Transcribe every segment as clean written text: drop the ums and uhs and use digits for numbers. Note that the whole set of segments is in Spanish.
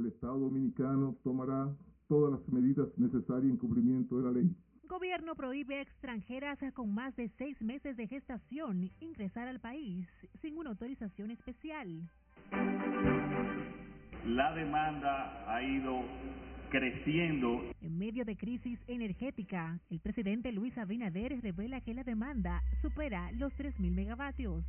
El Estado Dominicano tomará todas las medidas necesarias en cumplimiento de la ley. Gobierno prohíbe a extranjeras con más de 6 meses de gestación ingresar al país sin una autorización especial. La demanda ha ido creciendo. En medio de crisis energética, el presidente Luis Abinader revela que la demanda supera los 3.000 megavatios.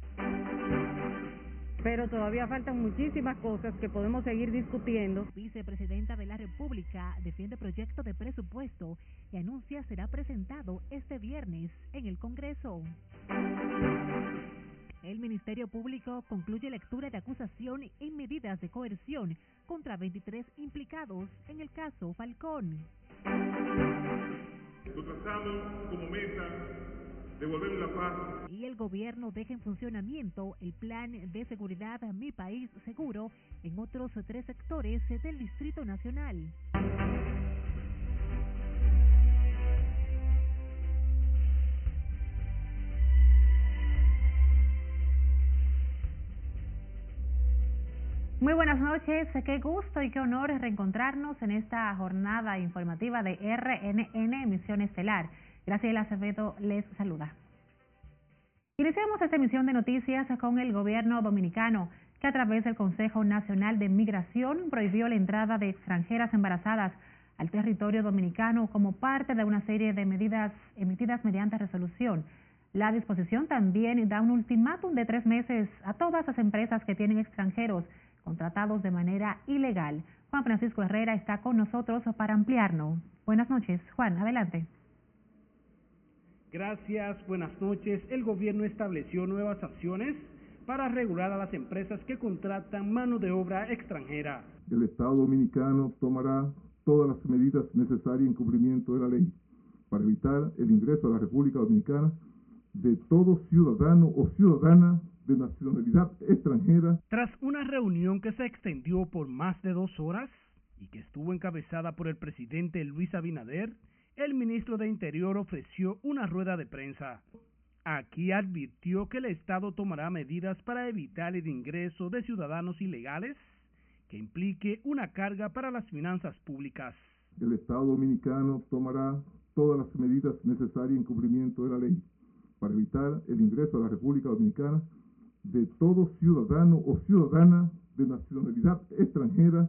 Pero todavía faltan muchísimas cosas que podemos seguir discutiendo. Vicepresidenta de la República defiende proyecto de presupuesto y anuncia será presentado este viernes en el Congreso. El Ministerio Público concluye lectura de acusación y medidas de coerción contra 23 implicados en el caso Falcón. Lo trazamos como meta devolver la paz. Y el gobierno deja en funcionamiento el plan de seguridad Mi País Seguro en otros 3 sectores del Distrito Nacional. Muy buenas noches, qué gusto y qué honor reencontrarnos en esta jornada informativa de RNN Emisión Estelar. Graciela Acevedo les saluda. Iniciamos esta emisión de noticias con el gobierno dominicano, que a través del Consejo Nacional de Migración prohibió la entrada de extranjeras embarazadas al territorio dominicano como parte de una serie de medidas emitidas mediante resolución. La disposición también da un ultimátum de 3 meses a todas las empresas que tienen extranjeros contratados de manera ilegal. Juan Francisco Herrera está con nosotros para ampliarnos. Buenas noches, Juan, adelante. Gracias, buenas noches. El gobierno estableció nuevas acciones para regular a las empresas que contratan mano de obra extranjera. El Estado Dominicano tomará todas las medidas necesarias en cumplimiento de la ley para evitar el ingreso a la República Dominicana de todo ciudadano o ciudadana de nacionalidad extranjera. Tras una reunión que se extendió por más de 2 horas y que estuvo encabezada por el presidente Luis Abinader, el ministro de Interior ofreció una rueda de prensa. Aquí advirtió que el Estado tomará medidas para evitar el ingreso de ciudadanos ilegales que implique una carga para las finanzas públicas. El Estado Dominicano tomará todas las medidas necesarias en cumplimiento de la ley para evitar el ingreso a la República Dominicana de todo ciudadano o ciudadana de nacionalidad extranjera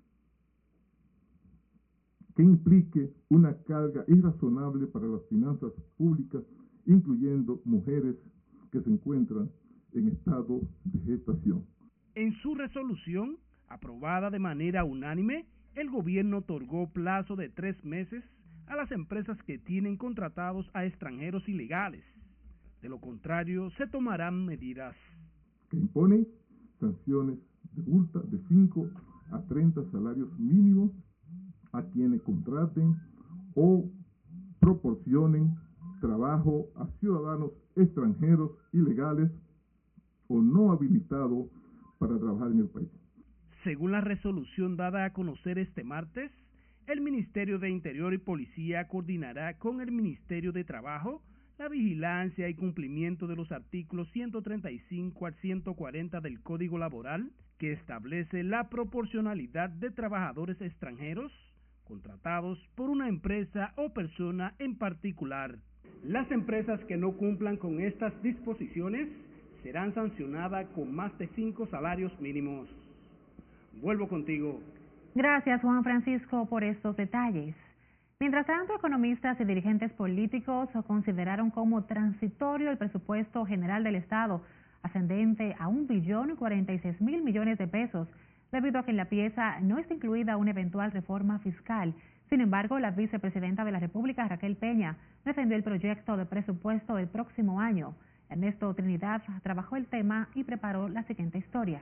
que implique una carga irrazonable para las finanzas públicas, incluyendo mujeres que se encuentran en estado de gestación. En su resolución, aprobada de manera unánime, el gobierno otorgó plazo de 3 meses a las empresas que tienen contratados a extranjeros ilegales. De lo contrario, se tomarán medidas que imponen sanciones de multa de 5 a 30 salarios mínimos a quienes contraten o proporcionen trabajo a ciudadanos extranjeros ilegales o no habilitados para trabajar en el país. Según la resolución dada a conocer este martes, el Ministerio de Interior y Policía coordinará con el Ministerio de Trabajo la vigilancia y cumplimiento de los artículos 135 al 140 del Código Laboral, que establece la proporcionalidad de trabajadores extranjeros contratados por una empresa o persona en particular. Las empresas que no cumplan con estas disposiciones serán sancionadas con más de 5 salarios mínimos. Vuelvo contigo. Gracias, Juan Francisco, por estos detalles. Mientras tanto, economistas y dirigentes políticos consideraron como transitorio el presupuesto general del Estado, ascendente a 1.046.000 millones de pesos, debido a que en la pieza no está incluida una eventual reforma fiscal. Sin embargo, la vicepresidenta de la República, Raquel Peña, defendió el proyecto de presupuesto del próximo año. Ernesto Trinidad trabajó el tema y preparó la siguiente historia.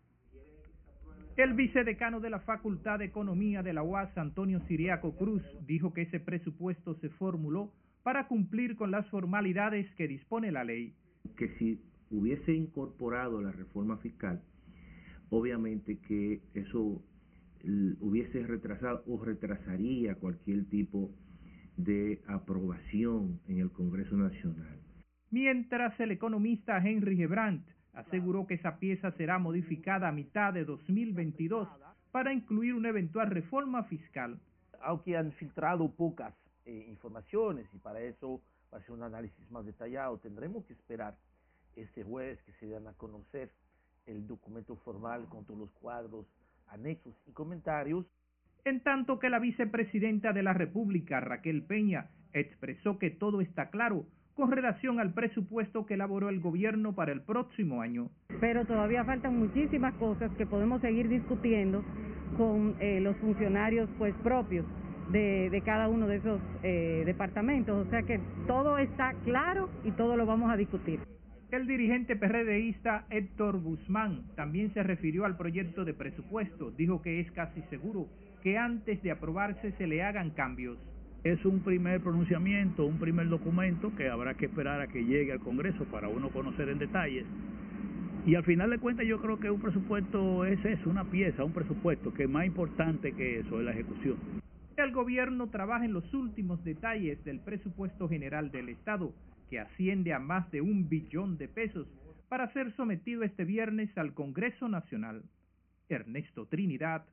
El vicedecano de la Facultad de Economía de la UAS, Antonio Ciriaco Cruz, dijo que ese presupuesto se formuló para cumplir con las formalidades que dispone la ley. Que si hubiese incorporado la reforma fiscal, obviamente que eso hubiese retrasado o retrasaría cualquier tipo de aprobación en el Congreso Nacional. Mientras el economista Henry Gebrandt aseguró que esa pieza será modificada a mitad de 2022 para incluir una eventual reforma fiscal. Aunque han filtrado pocas informaciones y para eso va a ser un análisis más detallado, tendremos que esperar este jueves que se den a conocer el documento formal con todos los cuadros, anexos y comentarios. En tanto que la vicepresidenta de la República, Raquel Peña, expresó que todo está claro con relación al presupuesto que elaboró el gobierno para el próximo año. Pero todavía faltan muchísimas cosas que podemos seguir discutiendo con los funcionarios pues propios de cada uno de esos departamentos, o sea que todo está claro y todo lo vamos a discutir. El dirigente PRDista Héctor Guzmán también se refirió al proyecto de presupuesto, dijo que es casi seguro que antes de aprobarse se le hagan cambios. Es un primer pronunciamiento, un primer documento que habrá que esperar a que llegue al Congreso para uno conocer en detalles. Y al final de cuentas yo creo que un presupuesto es eso, una pieza, un presupuesto, que más importante que eso es la ejecución. El gobierno trabaja en los últimos detalles del presupuesto general del Estado, que asciende a más de 1 billón de pesos, para ser sometido este viernes al Congreso Nacional. Ernesto Trinidad,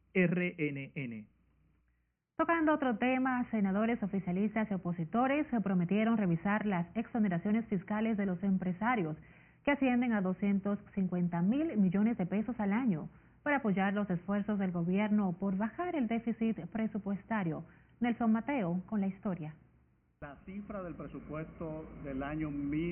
RNN. Tocando otro tema, senadores, oficialistas y opositores se prometieron revisar las exoneraciones fiscales de los empresarios, que ascienden a 250.000 millones de pesos al año, para apoyar los esfuerzos del gobierno por bajar el déficit presupuestario. Nelson Mateo con la historia. La cifra del presupuesto del año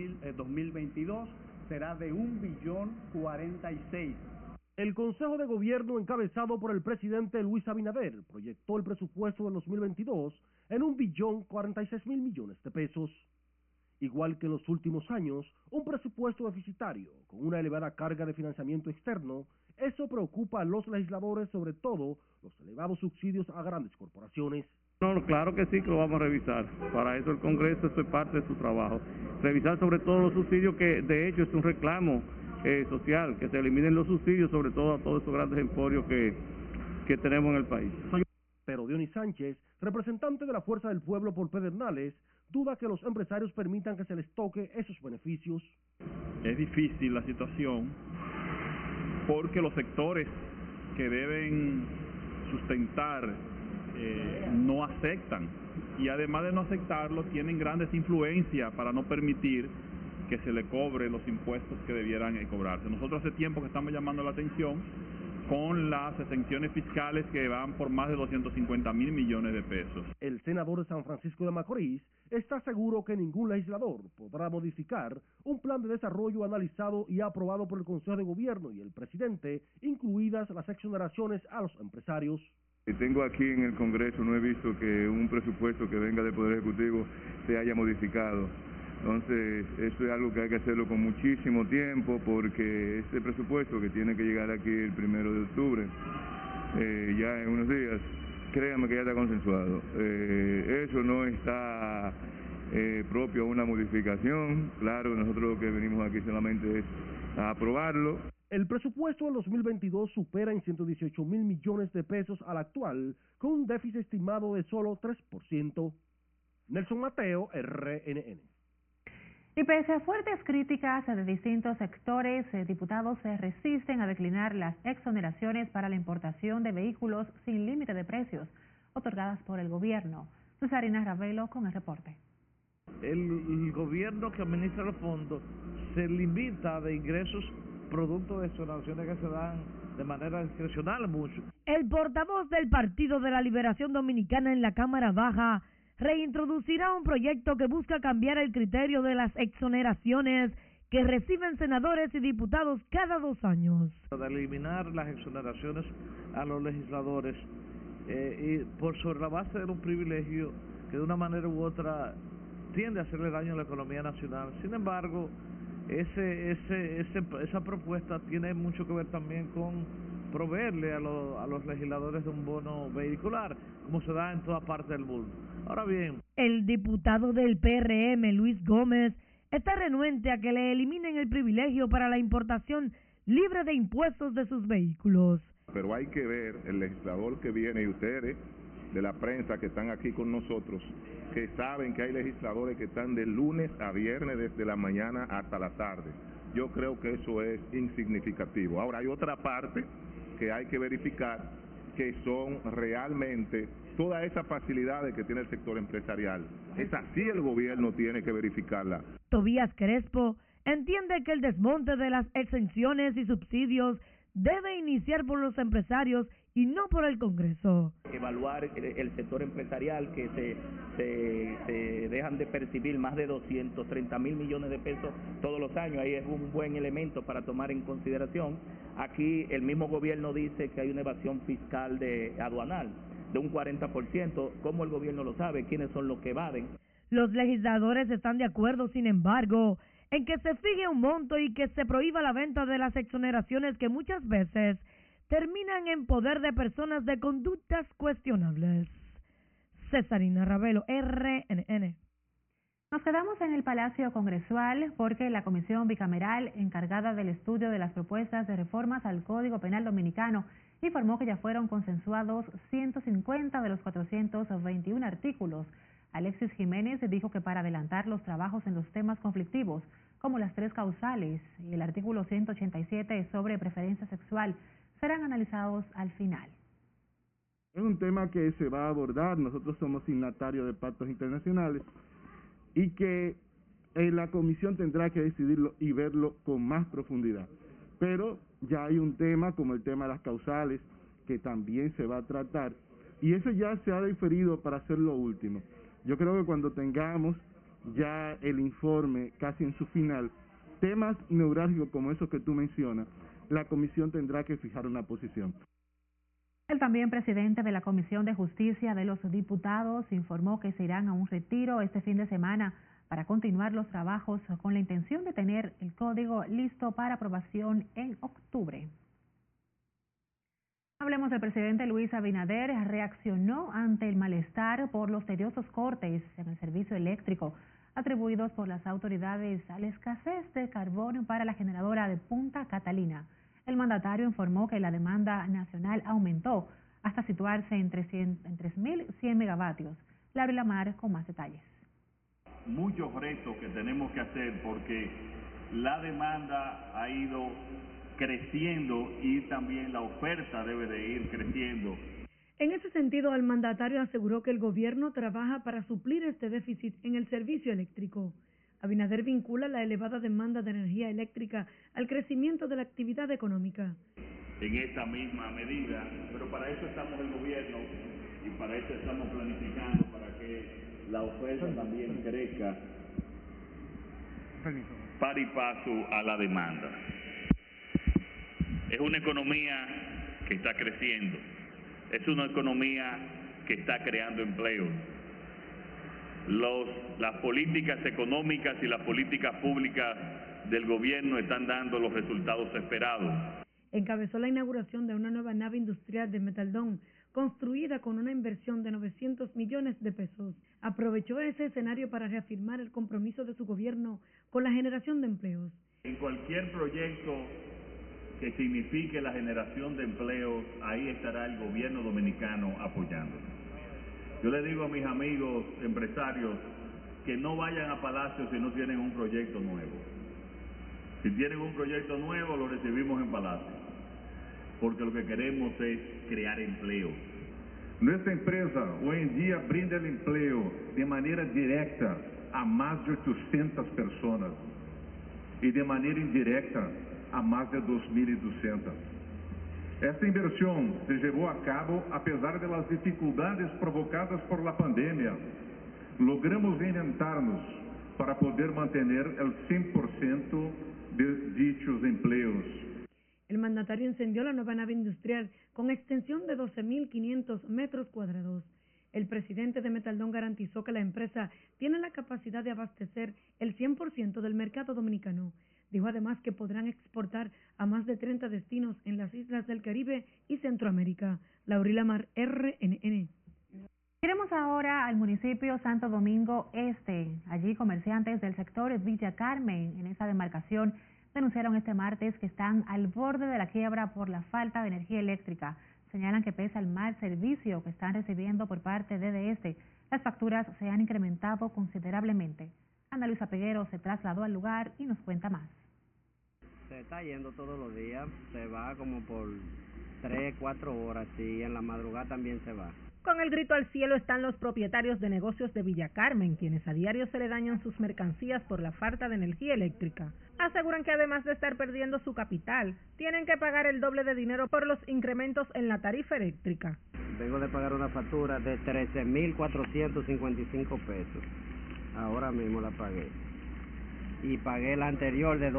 2022 será de 1.046.000.000. El Consejo de Gobierno, encabezado por el presidente Luis Abinader, proyectó el presupuesto del 2022 en 1.046.000.000.000 de pesos. Igual que en los últimos años, un presupuesto deficitario con una elevada carga de financiamiento externo, eso preocupa a los legisladores, sobre todo los elevados subsidios a grandes corporaciones. No, claro que sí que lo vamos a revisar. Para eso el Congreso, eso es parte de su trabajo. Revisar sobre todo los subsidios, que de hecho es un reclamo social, que se eliminen los subsidios, sobre todo a todos esos grandes emporios que tenemos en el país. Pero Dionis Sánchez, representante de la Fuerza del Pueblo por Pedernales, duda que los empresarios permitan que se les toque esos beneficios. Es difícil la situación porque los sectores que deben sustentar no aceptan, y además de no aceptarlo tienen grandes influencias para no permitir que se le cobre los impuestos que debieran cobrarse. Nosotros hace tiempo que estamos llamando la atención con las exenciones fiscales que van por más de 250.000 millones de pesos. El senador de San Francisco de Macorís está seguro que ningún legislador podrá modificar un plan de desarrollo analizado y aprobado por el Consejo de Gobierno y el presidente, incluidas las exoneraciones a los empresarios. Tengo aquí en el Congreso, no he visto que un presupuesto que venga del Poder Ejecutivo se haya modificado. Entonces, eso es algo que hay que hacerlo con muchísimo tiempo, porque este presupuesto que tiene que llegar aquí el 1 de octubre, ya en unos días, créanme que ya está consensuado. Eso no está propio a una modificación. Claro, nosotros lo que venimos aquí solamente es a aprobarlo. El presupuesto del 2022 supera en 118.000 millones de pesos al actual, con un déficit estimado de solo 3%. Nelson Mateo, RNN. Y pese a fuertes críticas de distintos sectores, diputados se resisten a declinar las exoneraciones para la importación de vehículos sin límite de precios, otorgadas por el gobierno. Cesarina Ravelo con el reporte. El gobierno que administra los fondos se limita de ingresos producto de exoneraciones que se dan de manera discrecional mucho. El portavoz del Partido de la Liberación Dominicana en la Cámara Baja reintroducirá un proyecto que busca cambiar el criterio de las exoneraciones que reciben senadores y diputados cada 2 años. De eliminar las exoneraciones a los legisladores y por sobre la base de un privilegio que de una manera u otra tiende a hacerle daño a la economía nacional. Sin embargo, esa propuesta tiene mucho que ver también con proveerle a los legisladores de un bono vehicular, como se da en toda parte del mundo. Ahora bien, el diputado del PRM, Luis Gómez, está renuente a que le eliminen el privilegio para la importación libre de impuestos de sus vehículos. Pero hay que ver el legislador que viene y ustedes de la prensa que están aquí con nosotros, que saben que hay legisladores que están de lunes a viernes desde la mañana hasta la tarde. Yo creo que eso es insignificativo. Ahora hay otra parte que hay que verificar que son realmente todas esas facilidades que tiene el sector empresarial. Esa sí el gobierno tiene que verificarla. Tobías Crespo entiende que el desmonte de las exenciones y subsidios debe iniciar por los empresarios y no por el Congreso. Evaluar el sector empresarial, que se dejan de percibir más de 230.000 millones de pesos todos los años. Ahí es un buen elemento para tomar en consideración. Aquí el mismo gobierno dice que hay una evasión fiscal aduanal de un 40%. ¿Cómo el gobierno lo sabe? ¿Quiénes son los que evaden? Los legisladores están de acuerdo, sin embargo, en que se fije un monto y que se prohíba la venta de las exoneraciones que muchas veces terminan en poder de personas de conductas cuestionables. Cesarina Ravelo, RNN. Nos quedamos en el Palacio Congresual porque la comisión bicameral encargada del estudio de las propuestas de reformas al Código Penal Dominicano informó que ya fueron consensuados 150 de los 421 artículos. Alexis Jiménez dijo que para adelantar los trabajos en los temas conflictivos, como las 3 causales y el artículo 187 sobre preferencia sexual, serán analizados al final. Es un tema que se va a abordar, nosotros somos signatarios de pactos internacionales y que la comisión tendrá que decidirlo y verlo con más profundidad. Pero ya hay un tema como el tema de las causales que también se va a tratar y eso ya se ha diferido para hacer lo último. Yo creo que cuando tengamos ya el informe casi en su final, temas neurálgicos como esos que tú mencionas, la comisión tendrá que fijar una posición. El también presidente de la Comisión de Justicia de los Diputados informó que se irán a un retiro este fin de semana para continuar los trabajos con la intención de tener el código listo para aprobación en octubre. Hablemos del presidente Luis Abinader. Reaccionó ante el malestar por los tediosos cortes en el servicio eléctrico atribuidos por las autoridades a la escasez de carbón para la generadora de Punta Catalina. El mandatario informó que la demanda nacional aumentó hasta situarse en 3.100 megavatios. Laura Lamar con más detalles. Muchos retos que tenemos que hacer porque la demanda ha ido creciendo y también la oferta debe de ir creciendo. En ese sentido, el mandatario aseguró que el gobierno trabaja para suplir este déficit en el servicio eléctrico. Abinader vincula la elevada demanda de energía eléctrica al crecimiento de la actividad económica. En esta misma medida, pero para eso estamos el gobierno y para eso estamos planificando para que la oferta también crezca par y paso a la demanda. Es una economía que está creciendo, es una economía que está creando empleo. Las políticas económicas y las políticas públicas del gobierno están dando los resultados esperados. Encabezó la inauguración de una nueva nave industrial de Metaldón, construida con una inversión de 900 millones de pesos. Aprovechó ese escenario para reafirmar el compromiso de su gobierno con la generación de empleos. En cualquier proyecto que signifique la generación de empleos, ahí estará el gobierno dominicano apoyando. Yo le digo a mis amigos empresarios que no vayan a Palacio si no tienen un proyecto nuevo. Si tienen un proyecto nuevo, lo recibimos en Palacio, porque lo que queremos es crear empleo. Nuestra empresa hoy en día brinda el empleo de manera directa a más de 800 personas y de manera indirecta a más de 2.200. Esta inversión se llevó a cabo a pesar de las dificultades provocadas por la pandemia. Logramos reinventarnos para poder mantener el 100% de dichos empleos. El mandatario encendió la nueva nave industrial con extensión de 12.500 metros cuadrados. El presidente de Metaldón garantizó que la empresa tiene la capacidad de abastecer el 100% del mercado dominicano. Dijo además que podrán exportar a más de 30 destinos en las islas del Caribe y Centroamérica. Laurila Mar, RNN. Iremos ahora al municipio Santo Domingo Este. Allí comerciantes del sector Villa Carmen, en esa demarcación, denunciaron este martes que están al borde de la quiebra por la falta de energía eléctrica. Señalan que pese al mal servicio que están recibiendo por parte de DDS, las facturas se han incrementado considerablemente. Ana Luisa Peguero se trasladó al lugar y nos cuenta más. Se está yendo todos los días, se va como por 3, 4 horas, sí, en la madrugada también se va. Con el grito al cielo están los propietarios de negocios de Villa Carmen, quienes a diario se le dañan sus mercancías por la falta de energía eléctrica. Aseguran que además de estar perdiendo su capital, tienen que pagar el doble de dinero por los incrementos en la tarifa eléctrica. Vengo de pagar una factura de 13.455 pesos. Ahora mismo la pagué. Y pagué la anterior de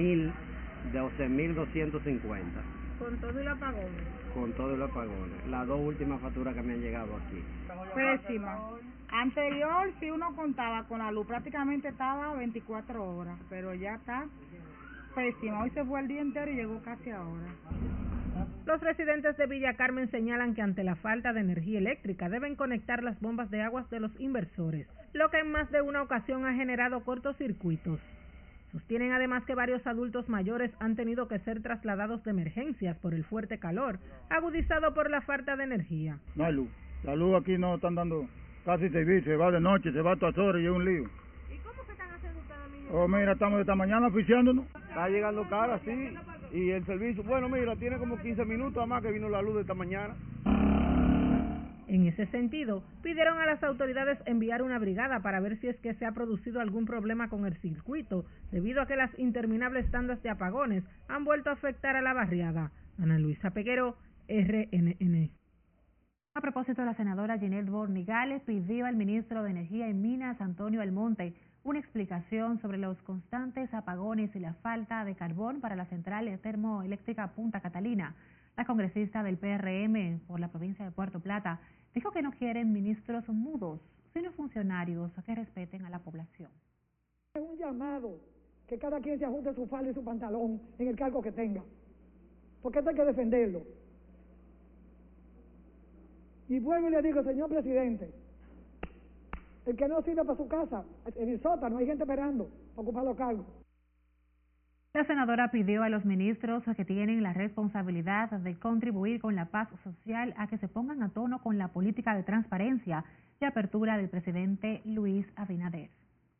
12.250. ¿Con todo y los apagones? Con todo y los apagones. Las dos últimas facturas que me han llegado aquí. Pésima. Anterior, si uno contaba con la luz, prácticamente estaba 24 horas, pero ya está pésima. Hoy se fue el día entero y llegó casi ahora. Los residentes de Villa Carmen señalan que ante la falta de energía eléctrica deben conectar las bombas de aguas de los inversores, lo que en más de una ocasión ha generado cortocircuitos. Sostienen además que varios adultos mayores han tenido que ser trasladados de emergencias por el fuerte calor, agudizado por la falta de energía. No hay luz. La luz aquí no están dando casi servicio, se va de noche, se va a todas horas y es un lío. ¿Y cómo se están haciendo ustedes, niños? Oh, mira, estamos de esta mañana oficiándonos. Está llegando cara, sí, y el servicio, bueno, mira, tiene como 15 minutos más que vino la luz de esta mañana. En ese sentido, pidieron a las autoridades enviar una brigada para ver si es que se ha producido algún problema con el circuito, debido a que las interminables tandas de apagones han vuelto a afectar a la barriada. Ana Luisa Peguero, RNN. A propósito, la senadora Ginette Bornigales pidió al ministro de Energía y Minas, Antonio Almonte, una explicación sobre los constantes apagones y la falta de carbón para la central termoeléctrica Punta Catalina. La congresista del PRM por la provincia de Puerto Plata dijo que no quieren ministros mudos, sino funcionarios que respeten a la población. Es un llamado que cada quien se ajuste su falda y su pantalón en el cargo que tenga, porque esto hay que defenderlo. Y vuelvo y le digo, señor presidente, el que no sirve para su casa, en el sótano hay gente esperando para ocupar los cargos. La senadora pidió a los ministros que tienen la responsabilidad de contribuir con la paz social a que se pongan a tono con la política de transparencia y apertura del presidente Luis Abinader.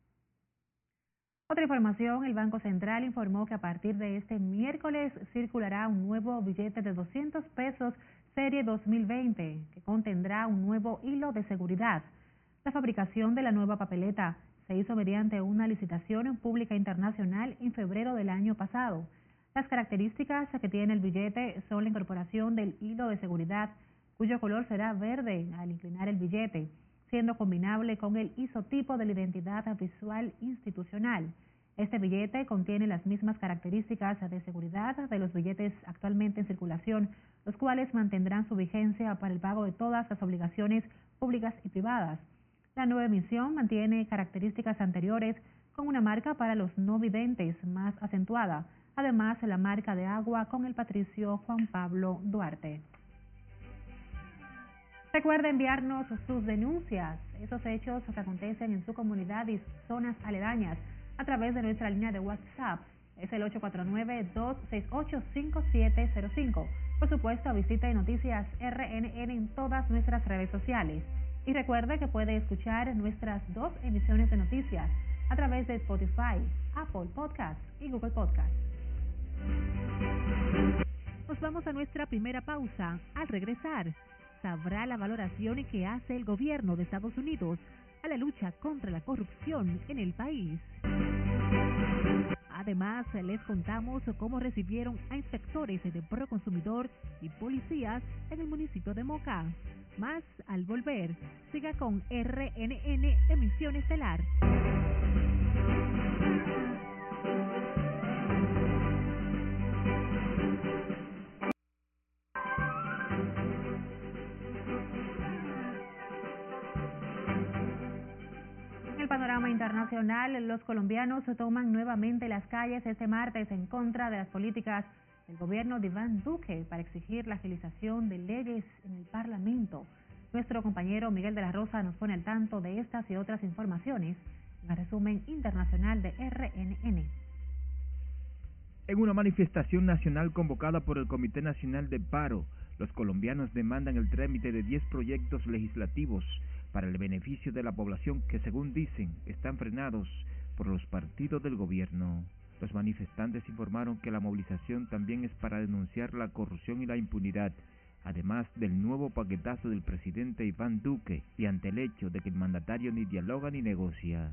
Otra información, el Banco Central informó que a partir de este miércoles circulará un nuevo billete de 200 pesos serie 2020 que contendrá un nuevo hilo de seguridad. La fabricación de la nueva papeleta se hizo mediante una licitación pública internacional en febrero del año pasado. Las características que tiene el billete son la incorporación del hilo de seguridad, cuyo color será verde al inclinar el billete, siendo combinable con el isotipo de la identidad visual institucional. Este billete contiene las mismas características de seguridad de los billetes actualmente en circulación, los cuales mantendrán su vigencia para el pago de todas las obligaciones públicas y privadas. La nueva emisión mantiene características anteriores con una marca para los no videntes más acentuada, además la marca de agua con el patricio Juan Pablo Duarte. Recuerde enviarnos sus denuncias, esos hechos que acontecen en su comunidad y zonas aledañas a través de nuestra línea de WhatsApp. Es el 849-268-5705. Por supuesto, visite Noticias RNN en todas nuestras redes sociales. Y recuerde que puede escuchar nuestras 2 emisiones de noticias a través de Spotify, Apple Podcasts y Google Podcasts. Nos vamos a nuestra primera pausa. Al regresar, sabrá la valoración que hace el gobierno de Estados Unidos a la lucha contra la corrupción en el país. Además, les contamos cómo recibieron a inspectores de Proconsumidor y policías en el municipio de Moca. Más al volver. Siga con RNN Emisión Estelar. En el panorama internacional, los colombianos toman nuevamente las calles este martes en contra de las políticas del gobierno de Iván Duque para exigir la agilización de leyes en el Parlamento. Nuestro compañero Miguel de la Rosa nos pone al tanto de estas y otras informaciones en el resumen internacional de RNN. En una manifestación nacional convocada por el Comité Nacional de Paro, los colombianos demandan el trámite de 10 proyectos legislativos para el beneficio de la población que, según dicen, están frenados por los partidos del gobierno. Los manifestantes informaron que la movilización también es para denunciar la corrupción y la impunidad, además del nuevo paquetazo del presidente Iván Duque y ante el hecho de que el mandatario ni dialoga ni negocia.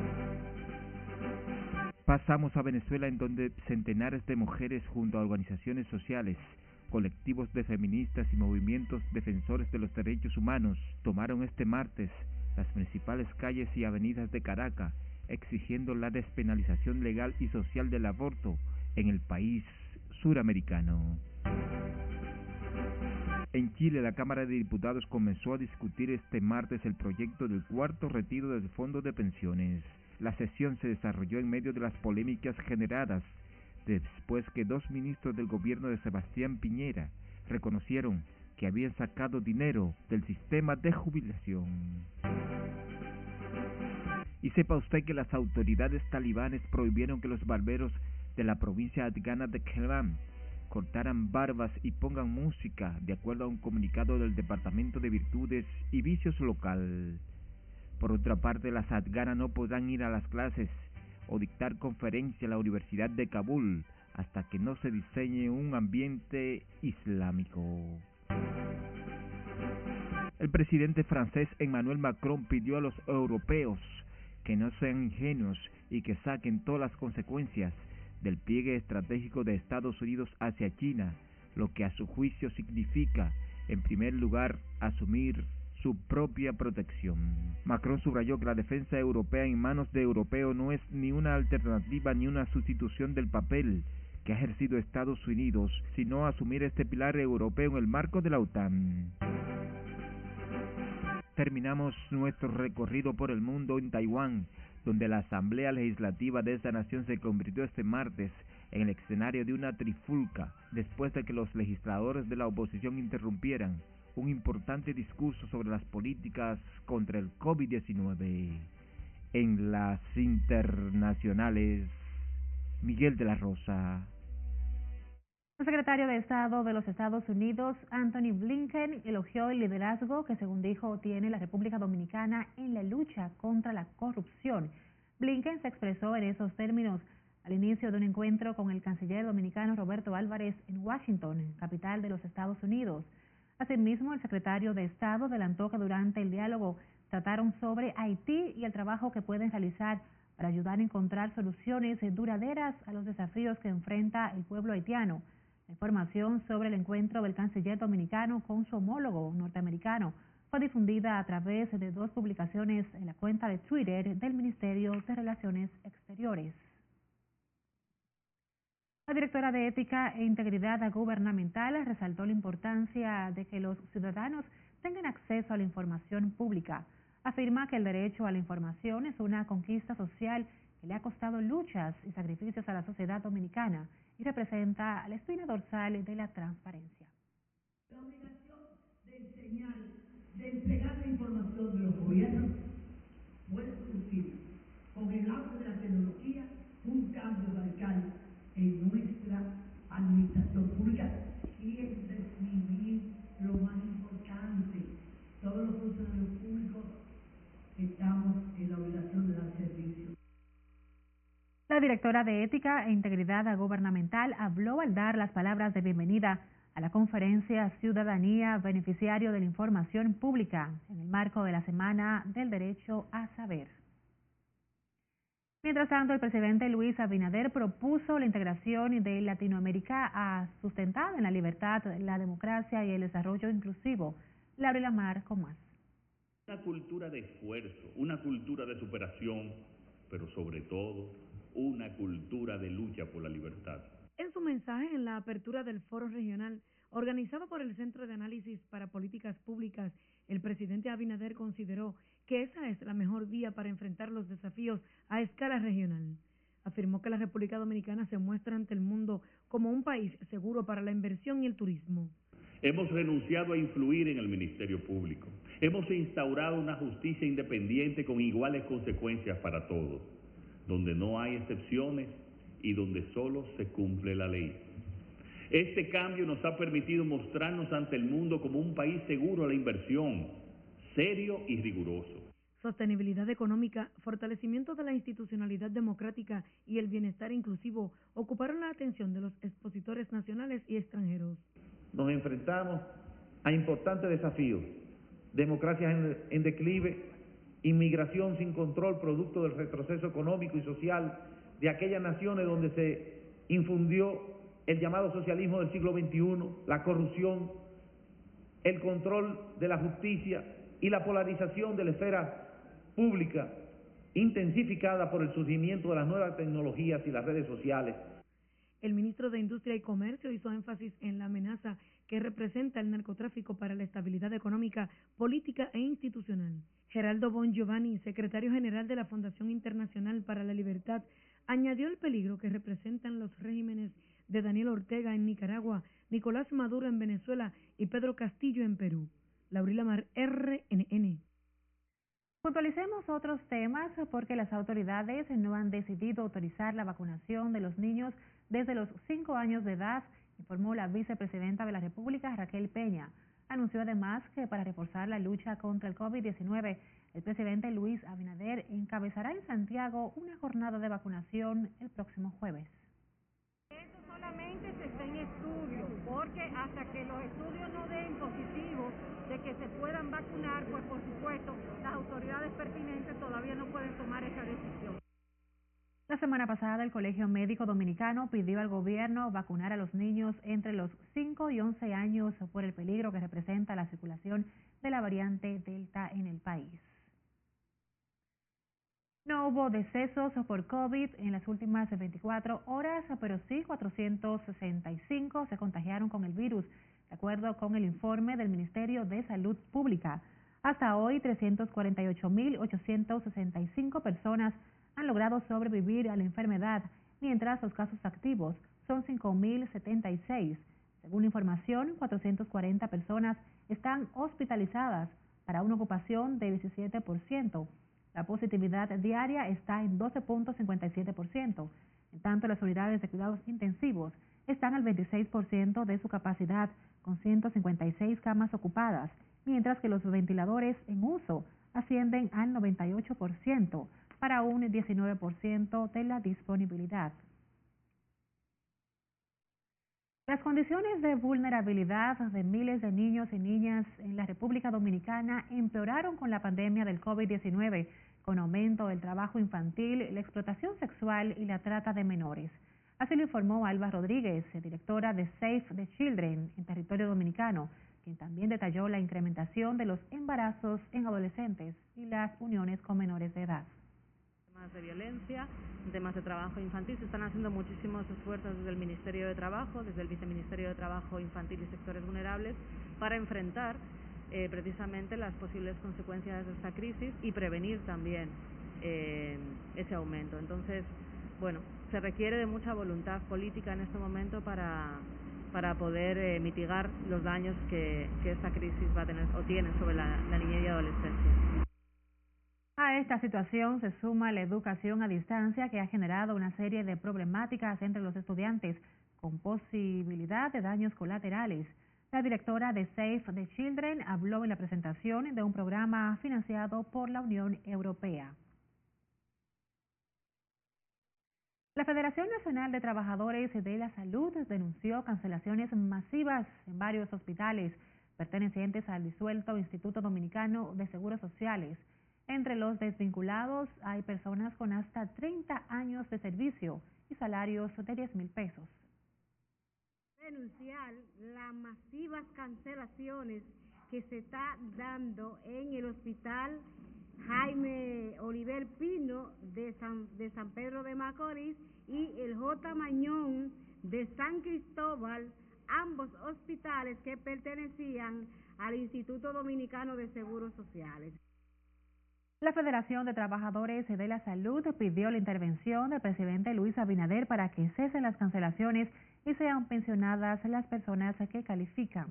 Pasamos a Venezuela, en donde centenares de mujeres junto a organizaciones sociales, colectivos de feministas y movimientos defensores de los derechos humanos tomaron este martes las principales calles y avenidas de Caracas, exigiendo la despenalización legal y social del aborto en el país suramericano. En Chile, la Cámara de Diputados comenzó a discutir este martes el proyecto del cuarto retiro del Fondo de Pensiones. La sesión se desarrolló en medio de las polémicas generadas después que dos ministros del gobierno de Sebastián Piñera reconocieron que habían sacado dinero del sistema de jubilación. Y sepa usted que las autoridades talibanes prohibieron que los barberos de la provincia afgana de Helmand cortaran barbas y pongan música, de acuerdo a un comunicado del Departamento de Virtudes y Vicios local. Por otra parte, las afganas no podrán ir a las clases o dictar conferencia en la Universidad de Kabul hasta que no se diseñe un ambiente islámico. El presidente francés Emmanuel Macron pidió a los europeos que no sean ingenuos y que saquen todas las consecuencias del pliegue estratégico de Estados Unidos hacia China, lo que a su juicio significa, en primer lugar, asumir su propia protección. Macron subrayó que la defensa europea en manos de europeos no es ni una alternativa ni una sustitución del papel que ha ejercido Estados Unidos, sino asumir este pilar europeo en el marco de la OTAN. Terminamos nuestro recorrido por el mundo en Taiwán, donde la Asamblea Legislativa de esta nación se convirtió este martes en el escenario de una trifulca, después de que los legisladores de la oposición interrumpieran un importante discurso sobre las políticas contra el COVID-19. En las internacionales, Miguel de la Rosa. El secretario de Estado de los Estados Unidos, Anthony Blinken, elogió el liderazgo que, según dijo, tiene la República Dominicana en la lucha contra la corrupción. Blinken se expresó en esos términos al inicio de un encuentro con el canciller dominicano Roberto Álvarez en Washington, capital de los Estados Unidos. Asimismo, el secretario de Estado adelantó que durante el diálogo trataron sobre Haití y el trabajo que pueden realizar para ayudar a encontrar soluciones duraderas a los desafíos que enfrenta el pueblo haitiano. La información sobre el encuentro del canciller dominicano con su homólogo norteamericano fue difundida a través de dos publicaciones en la cuenta de Twitter del Ministerio de Relaciones Exteriores. La directora de Ética e Integridad Gubernamental resaltó la importancia de que los ciudadanos tengan acceso a la información pública. Afirma que el derecho a la información es una conquista social que le ha costado luchas y sacrificios a la sociedad dominicana y representa la espina dorsal de la transparencia. La obligación de enseñar, de entregar la información de los gobiernos puede producir, con el auge de la tecnología, un cambio radical en nuestra administración pública y en definir lo más importante. Todos los funcionarios públicos estamos en la obligación de dar servicio. La directora de Ética e Integridad Gubernamental habló al dar las palabras de bienvenida a la conferencia Ciudadanía Beneficiario de la Información Pública en el marco de la Semana del Derecho a Saber. Mientras tanto, el presidente Luis Abinader propuso la integración de Latinoamérica sustentada en la libertad, la democracia y el desarrollo inclusivo. Laura Lamar con más. Una cultura de esfuerzo, una cultura de superación, pero sobre todo una cultura de lucha por la libertad. En su mensaje en la apertura del Foro Regional, organizado por el Centro de Análisis para Políticas Públicas, el presidente Abinader consideró que esa es la mejor vía para enfrentar los desafíos a escala regional. Afirmó que la República Dominicana se muestra ante el mundo como un país seguro para la inversión y el turismo. Hemos renunciado a influir en el Ministerio Público. Hemos instaurado una justicia independiente con iguales consecuencias para todos, donde no hay excepciones y donde solo se cumple la ley. Este cambio nos ha permitido mostrarnos ante el mundo como un país seguro a la inversión, serio y riguroso. sostenibilidad económica, fortalecimiento de la institucionalidad democrática y el bienestar inclusivo ocuparon la atención de los expositores nacionales y extranjeros. Nos enfrentamos a importantes desafíos: democracia en declive, inmigración sin control producto del retroceso económico y social de aquellas naciones donde se infundió el llamado socialismo del siglo XXI, la corrupción, el control de la justicia y la polarización de la esfera pública, intensificada por el surgimiento de las nuevas tecnologías y las redes sociales. El ministro de Industria y Comercio hizo énfasis en la amenaza que representa el narcotráfico para la estabilidad económica, política e institucional. Geraldo Bon Giovanni, secretario general de la Fundación Internacional para la Libertad, añadió el peligro que representan los regímenes de Daniel Ortega en Nicaragua, Nicolás Maduro en Venezuela y Pedro Castillo en Perú. Laurila Mar, RNN. Puntualicemos otros temas porque las autoridades no han decidido autorizar la vacunación de los niños desde los 5 años de edad, informó la vicepresidenta de la República, Raquel Peña. Anunció además que para reforzar la lucha contra el COVID-19, el presidente Luis Abinader encabezará en Santiago una jornada de vacunación el próximo jueves. Eso solamente se está en estudio, porque hasta que los estudios no den positivo de que se puedan vacunar, pues por supuesto las autoridades pertinentes todavía no pueden tomar esa decisión. La semana pasada, el Colegio Médico Dominicano pidió al gobierno vacunar a los niños entre los 5 y 11 años por el peligro que representa la circulación de la variante Delta en el país. No hubo decesos por COVID en las últimas 24 horas, pero sí 465 se contagiaron con el virus, de acuerdo con el informe del Ministerio de Salud Pública. Hasta hoy, 348.865 personas han logrado sobrevivir a la enfermedad, mientras los casos activos son 5.076. Según la información, 440 personas están hospitalizadas para una ocupación de 17%. La positividad diaria está en 12.57%. En tanto, las unidades de cuidados intensivos están al 26% de su capacidad, con 156 camas ocupadas, mientras que los ventiladores en uso ascienden al 98%, para un 19% de la disponibilidad. Las condiciones de vulnerabilidad de miles de niños y niñas en la República Dominicana empeoraron con la pandemia del COVID-19, con aumento del trabajo infantil, la explotación sexual y la trata de menores. Así lo informó Alba Rodríguez, directora de Save the Children en territorio dominicano, quien también detalló la incrementación de los embarazos en adolescentes y las uniones con menores de edad. Temas de violencia, temas de trabajo infantil, se están haciendo muchísimos esfuerzos desde el Ministerio de Trabajo, desde el Viceministerio de Trabajo Infantil y Sectores Vulnerables, para enfrentar precisamente las posibles consecuencias de esta crisis y prevenir también ese aumento. Entonces, bueno, se requiere de mucha voluntad política en este momento para poder mitigar los daños que esta crisis va a tener o tiene sobre la niñez y adolescencia. A esta situación se suma la educación a distancia, que ha generado una serie de problemáticas entre los estudiantes, con posibilidad de daños colaterales. La directora de Save the Children habló en la presentación de un programa financiado por la Unión Europea. La Federación Nacional de Trabajadores de la Salud denunció cancelaciones masivas en varios hospitales pertenecientes al disuelto Instituto Dominicano de Seguros Sociales. Entre los desvinculados hay personas con hasta 30 años de servicio y salarios de 10,000 pesos. Denunciar las masivas cancelaciones que se está dando en el hospital Jaime Oliver Pino de San Pedro de Macorís y el J. Mañón de San Cristóbal, ambos hospitales que pertenecían al Instituto Dominicano de Seguros Sociales. La Federación de Trabajadores de la Salud pidió la intervención del presidente Luis Abinader para que cesen las cancelaciones y sean pensionadas las personas que califican.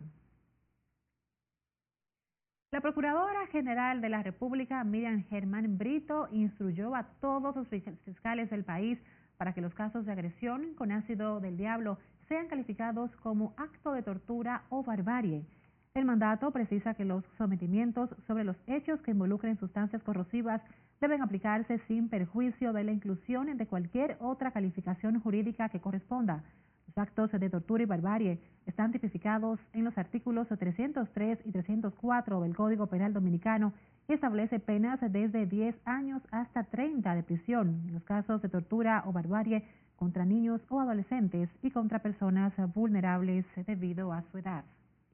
La Procuradora General de la República, Miriam Germán Brito, instruyó a todos los fiscales del país para que los casos de agresión con ácido del diablo sean calificados como acto de tortura o barbarie. El mandato precisa que los sometimientos sobre los hechos que involucren sustancias corrosivas deben aplicarse sin perjuicio de la inclusión de cualquier otra calificación jurídica que corresponda. Los actos de tortura y barbarie están tipificados en los artículos 303 y 304 del Código Penal Dominicano y establece penas desde 10 años hasta 30 de prisión en los casos de tortura o barbarie contra niños o adolescentes y contra personas vulnerables debido a su edad.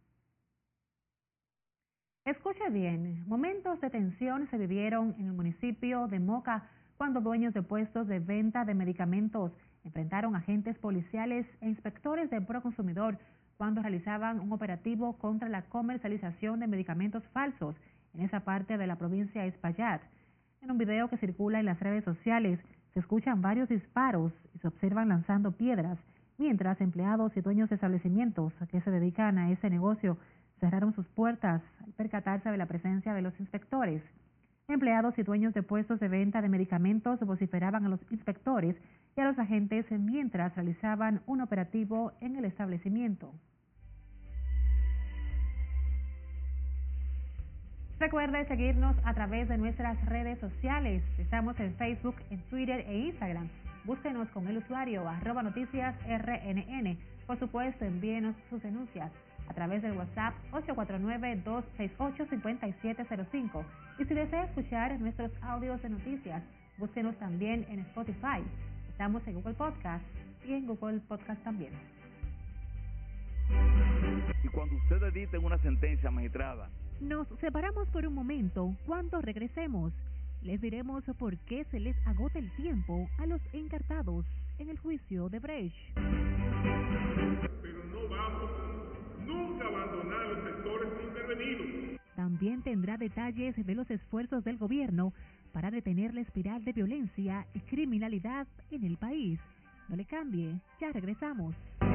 Escuche bien, momentos de tensión se vivieron en el municipio de Moca cuando dueños de puestos de venta de medicamentos enfrentaron agentes policiales e inspectores de Proconsumidor cuando realizaban un operativo contra la comercialización de medicamentos falsos en esa parte de la provincia de Espaillat. En un video que circula en las redes sociales se escuchan varios disparos y se observan lanzando piedras, mientras empleados y dueños de establecimientos que se dedican a ese negocio cerraron sus puertas al percatarse de la presencia de los inspectores. Empleados y dueños de puestos de venta de medicamentos vociferaban a los inspectores y a los agentes mientras realizaban un operativo en el establecimiento. Recuerde seguirnos a través de nuestras redes sociales. Estamos en Facebook, en Twitter e Instagram. Búsquenos con el usuario @noticiasrnn. Por supuesto, envíenos sus denuncias a través del WhatsApp 849-268-5705. Y si desea escuchar nuestros audios de noticias, búsquenos también en Spotify. Estamos en Google Podcast y en Google Podcast también. Y cuando ustedes dicten una sentencia, magistrada, nos separamos por un momento. Cuando regresemos, les diremos por qué se les agota el tiempo a los encartados en el juicio de Brecht. Pero no vamos nunca a abandonar los sectores intervenidos. También tendrá detalles de los esfuerzos del gobierno para detener la espiral de violencia y criminalidad en el país. No le cambie, ya regresamos.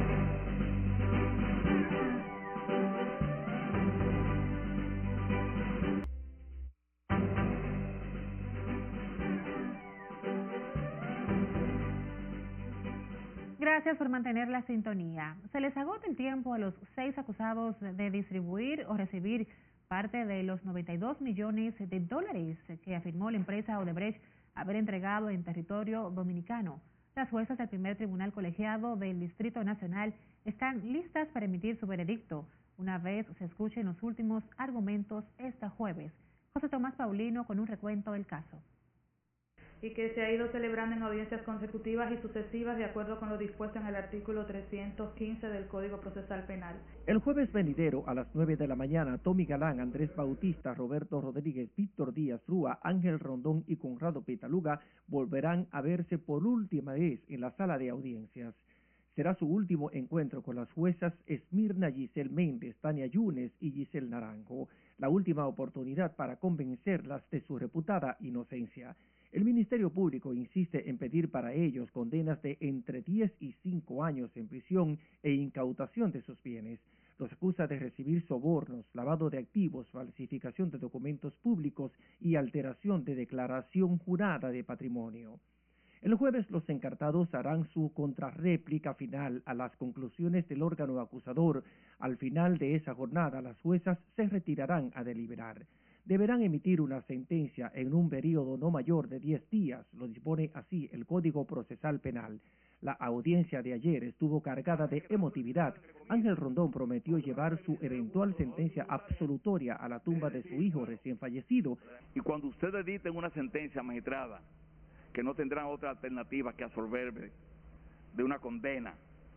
Gracias por mantener la sintonía. Se les agota el tiempo a los 6 acusados de distribuir o recibir parte de los 92 millones de dólares que afirmó la empresa Odebrecht haber entregado en territorio dominicano. Las juezas del primer tribunal colegiado del Distrito Nacional están listas para emitir su veredicto, una vez se escuchen los últimos argumentos este jueves. José Tomás Paulino con un recuento del caso. Y que se ha ido celebrando en audiencias consecutivas y sucesivas de acuerdo con lo dispuesto en el artículo 315 del Código Procesal Penal. El jueves venidero a las 9 de la mañana, Tommy Galán, Andrés Bautista, Roberto Rodríguez, Víctor Díaz Rúa, Ángel Rondón y Conrado Pitaluga volverán a verse por última vez en la sala de audiencias. Será su último encuentro con las juezas Esmirna Giselle Méndez, Tania Yunes y Giselle Naranjo, la última oportunidad para convencerlas de su reputada inocencia. El Ministerio Público insiste en pedir para ellos condenas de entre 10 y 5 años en prisión e incautación de sus bienes. Los acusa de recibir sobornos, lavado de activos, falsificación de documentos públicos y alteración de declaración jurada de patrimonio. El jueves los encartados harán su contrarréplica final a las conclusiones del órgano acusador. Al final de esa jornada, las juezas se retirarán a deliberar. Deberán emitir una sentencia en un periodo no mayor de 10 días, lo dispone así el Código Procesal Penal. La audiencia de ayer estuvo cargada de emotividad. Ángel Rondón prometió llevar su eventual sentencia absolutoria a la tumba de su hijo recién fallecido. y cuando ustedes dicten una sentencia, magistrada, que no tendrán otra alternativa que absorberme de una condena,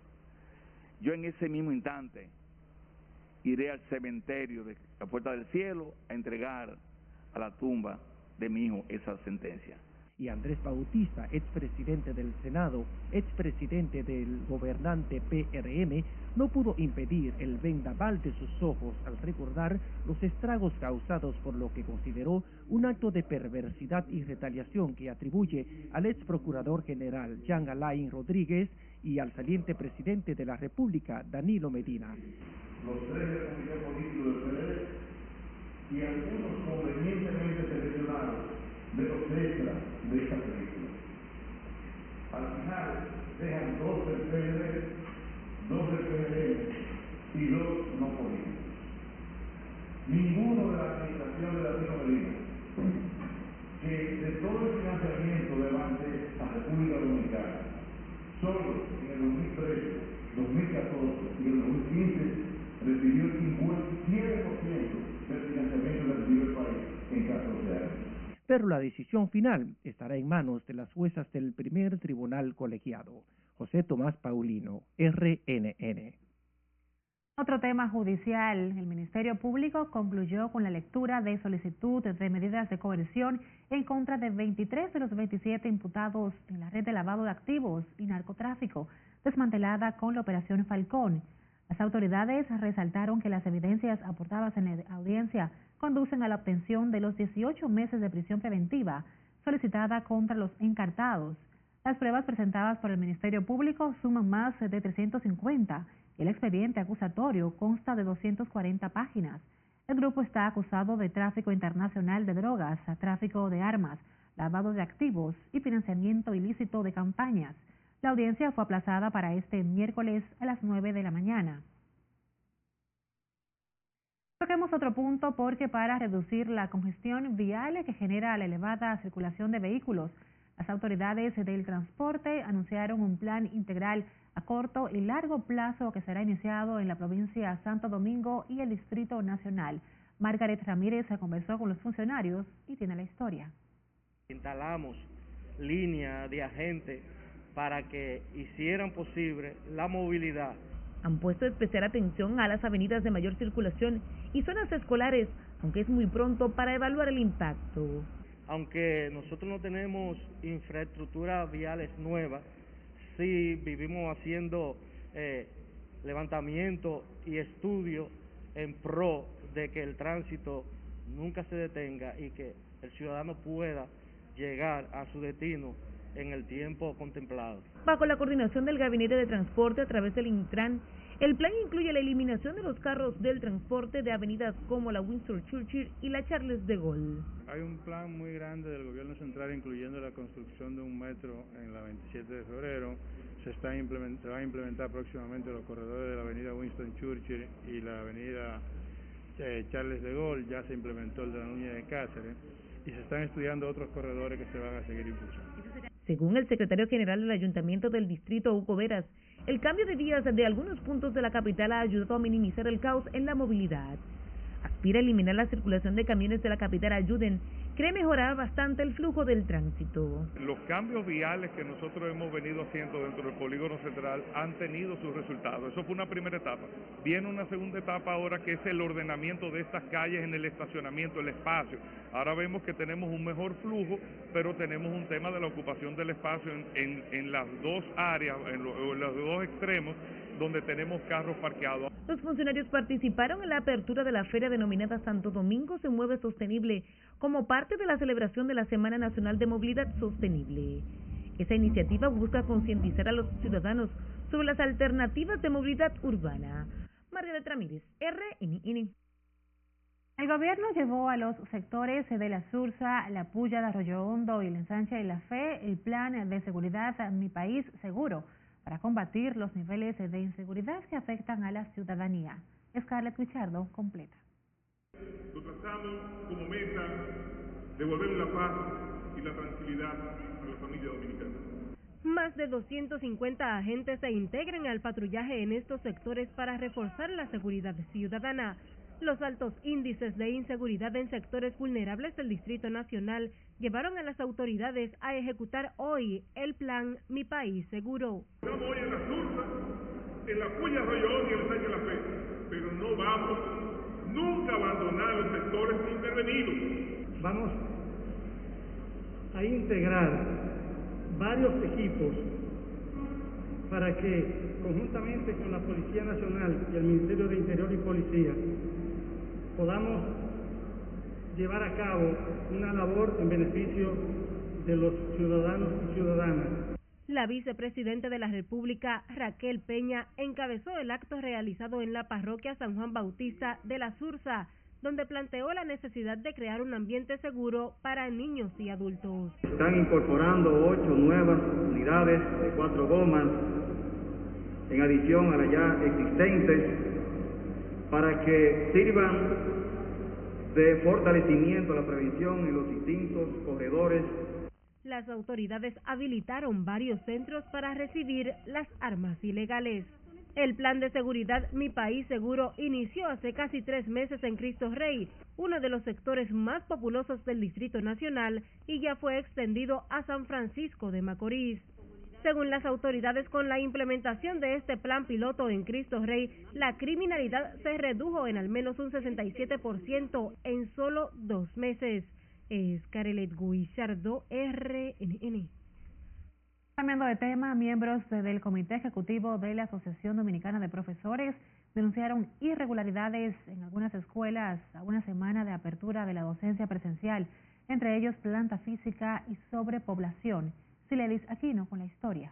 yo en ese mismo instante iré al cementerio de la Puerta del Cielo a entregar a la tumba de mi hijo esa sentencia. Y Andrés Bautista, expresidente del Senado, expresidente del gobernante PRM, no pudo impedir el vendaval de sus ojos al recordar los estragos causados por lo que consideró un acto de perversidad y retaliación que atribuye al ex procurador general Jean Alain Rodríguez y al saliente presidente de la República, Danilo Medina. Los tres del comité político del PLD y algunos convenientemente seleccionados de los extras de esta película. Al final dejan 2 del PLD, 2 del PLD y 2 no políticos. Solo en el 2013, 2014 y el 2015 recibió el 57% del financiamiento que recibió el país en 14 años. Pero la decisión final estará en manos de las juezas del primer tribunal colegiado. José Tomás Paulino, RNN. Otro tema judicial, el Ministerio Público concluyó con la lectura de solicitud de medidas de coerción en contra de 23 de los 27 imputados en la red de lavado de activos y narcotráfico, desmantelada con la Operación Falcón. Las autoridades resaltaron que las evidencias aportadas en la audiencia conducen a la obtención de los 18 meses de prisión preventiva solicitada contra los encartados. Las pruebas presentadas por el Ministerio Público suman más de 350. El expediente acusatorio consta de 240 páginas. El grupo está acusado de tráfico internacional de drogas, tráfico de armas, lavado de activos y financiamiento ilícito de campañas. La audiencia fue aplazada para este miércoles a las 9 de la mañana. Toquemos otro punto porque para reducir la congestión vial que genera la elevada circulación de vehículos, las autoridades del transporte anunciaron un plan integral a corto y largo plazo que será iniciado en la provincia de Santo Domingo y el Distrito Nacional. Margaret Ramírez se conversó con los funcionarios y tiene la historia. Instalamos línea de agentes para que hicieran posible la movilidad. Han puesto especial atención a las avenidas de mayor circulación y zonas escolares, aunque es muy pronto para evaluar el impacto. Aunque nosotros no tenemos infraestructuras viales nuevas, sí vivimos haciendo levantamiento y estudio en pro de que el tránsito nunca se detenga y que el ciudadano pueda llegar a su destino en el tiempo contemplado. Bajo la coordinación del Gabinete de Transporte a través del Intran, el plan incluye la eliminación de los carros del transporte de avenidas como la Winston Churchill y la Charles de Gaulle. Hay un plan muy grande del gobierno central incluyendo la construcción de un metro en la 27 de febrero. Se va a implementar próximamente los corredores de la avenida Winston Churchill y la avenida Charles de Gaulle. Ya se implementó el de la Núñez de Cáceres y se están estudiando otros corredores que se van a seguir impulsando. Según el secretario general del Ayuntamiento del Distrito, Hugo Veras, el cambio de vías de algunos puntos de la capital ha ayudado a minimizar el caos en la movilidad. Aspira a eliminar la circulación de camiones de la capital Ayuden, cree mejorar bastante el flujo del tránsito. Los cambios viales que nosotros hemos venido haciendo dentro del polígono central han tenido sus resultados. Eso fue una primera etapa. Viene una segunda etapa ahora que es el ordenamiento de estas calles en el estacionamiento, el espacio. Ahora vemos que tenemos un mejor flujo, pero tenemos un tema de la ocupación del espacio en las dos áreas, en los dos extremos, donde tenemos carros parqueados. Los funcionarios participaron en la apertura de la feria denominada Santo Domingo se mueve sostenible, como parte de la celebración de la Semana Nacional de Movilidad Sostenible. Esa iniciativa busca concientizar a los ciudadanos sobre las alternativas de movilidad urbana. Margaret Ramírez, RNN. El gobierno llevó a los sectores de la Sursa, La Puya de Arroyo Hondo y la Ensanche de la Fe el plan de seguridad Mi País Seguro para combatir los niveles de inseguridad que afectan a la ciudadanía. Scarlett Guichardo completa. Lo trazamos como meta devolver la paz y la tranquilidad a la familia dominicana. Más de 250 agentes se integran al patrullaje en estos sectores para reforzar la seguridad ciudadana. Los altos índices de inseguridad en sectores vulnerables del Distrito Nacional llevaron a las autoridades a ejecutar hoy el plan Mi País Seguro. Estamos hoy en la Sursa, en La Puya, Arroyo Hondo y en el Ensanche de la Fe, pero no vamos nunca a abandonar los sectores intervenidos. Vamos a integrar varios equipos para que, conjuntamente con la Policía Nacional y el Ministerio de Interior y Policía, podamos llevar a cabo una labor en beneficio de los ciudadanos y ciudadanas. La vicepresidenta de la República, Raquel Peña, encabezó el acto realizado en la parroquia San Juan Bautista de la Sursa, donde planteó la necesidad de crear un ambiente seguro para niños y adultos. Están incorporando 8 nuevas unidades de 4 gomas, en adición a las ya existentes, para que sirvan de fortalecimiento a la prevención en los distintos corredores. Las autoridades habilitaron varios centros para recibir las armas ilegales. El plan de seguridad Mi País Seguro inició hace casi 3 meses en Cristo Rey, uno de los sectores más populosos del Distrito Nacional, y ya fue extendido a San Francisco de Macorís. Según las autoridades, con la implementación de este plan piloto en Cristo Rey, la criminalidad se redujo en al menos un 67% en solo 2 meses. Es Carelet Guillardo, RNN. Cambiando de tema, miembros del Comité Ejecutivo de la Asociación Dominicana de Profesores denunciaron irregularidades en algunas escuelas a una semana de apertura de la docencia presencial, entre ellos planta física y sobrepoblación. Siledis Aquino con la historia.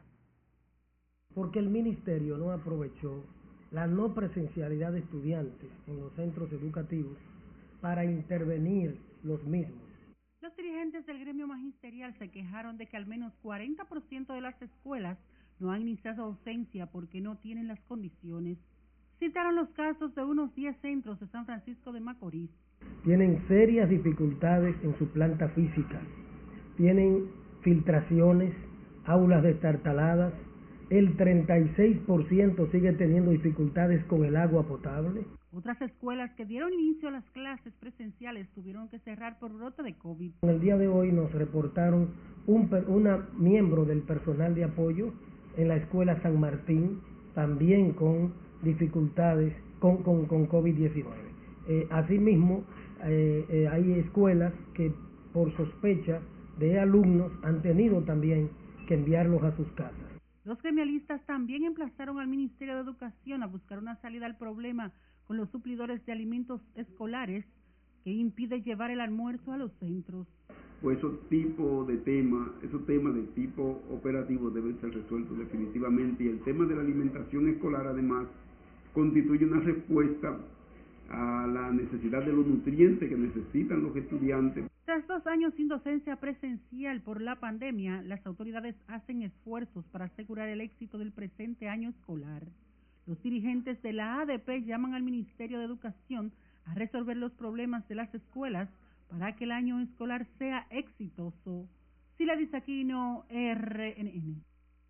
Porque el ministerio no aprovechó la no presencialidad de estudiantes en los centros educativos para intervenir los mismos. Los dirigentes del gremio magisterial se quejaron de que al menos 40% de las escuelas no han iniciado docencia porque no tienen las condiciones. Citaron los casos de unos 10 centros de San Francisco de Macorís. Tienen serias dificultades en su planta física, tienen filtraciones, aulas destartaladas, el 36% sigue teniendo dificultades con el agua potable. Otras escuelas que dieron inicio a las clases presenciales tuvieron que cerrar por brote de COVID. En el día de hoy nos reportaron una miembro del personal de apoyo en la escuela San Martín, también con dificultades con COVID-19. Asimismo, hay escuelas que por sospecha de alumnos han tenido también que enviarlos a sus casas. Los gremialistas también emplazaron al Ministerio de Educación a buscar una salida al problema con los suplidores de alimentos escolares que impide llevar el almuerzo a los centros. Pues esos temas de tipo operativo deben ser resueltos definitivamente, y el tema de la alimentación escolar además constituye una respuesta a la necesidad de los nutrientes que necesitan los estudiantes. Tras 2 años sin docencia presencial por la pandemia, las autoridades hacen esfuerzos para asegurar el éxito del presente año escolar. Los dirigentes de la ADP llaman al Ministerio de Educación a resolver los problemas de las escuelas para que el año escolar sea exitoso. Siledis Aquino, RNN.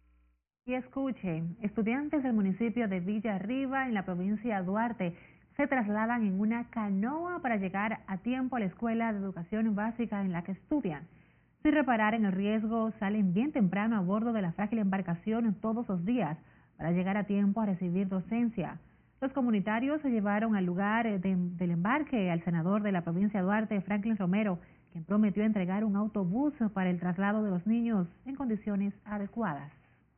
Y escuche, estudiantes del municipio de Villa Arriba, en la provincia de Duarte, se trasladan en una canoa para llegar a tiempo a la escuela de educación básica en la que estudian. Sin reparar en el riesgo, salen bien temprano a bordo de la frágil embarcación todos los días para llegar a tiempo a recibir docencia. Los comunitarios se llevaron al lugar del embarque al senador de la provincia de Duarte, Franklin Romero, quien prometió entregar un autobús para el traslado de los niños en condiciones adecuadas.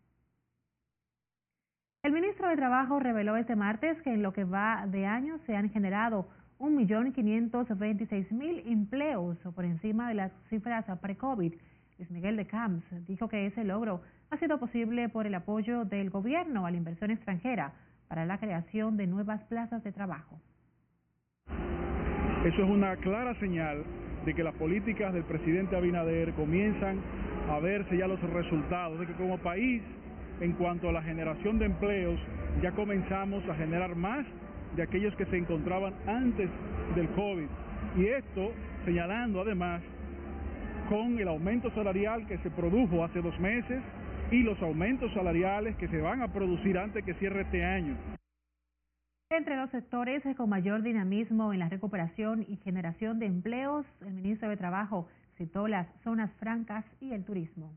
El ministro de Trabajo reveló este martes que en lo que va de año se han generado 1.526.000 empleos por encima de las cifras pre-COVID. Luis Miguel de Camps dijo que ese logro ha sido posible por el apoyo del gobierno a la inversión extranjera para la creación de nuevas plazas de trabajo. Eso es una clara señal de que las políticas del presidente Abinader comienzan a verse ya los resultados, de que como país, en cuanto a la generación de empleos, ya comenzamos a generar más de aquellos que se encontraban antes del COVID. Y esto señalando además con el aumento salarial que se produjo hace 2 meses y los aumentos salariales que se van a producir antes que cierre este año. Entre los sectores con mayor dinamismo en la recuperación y generación de empleos, el ministro de Trabajo citó las zonas francas y el turismo.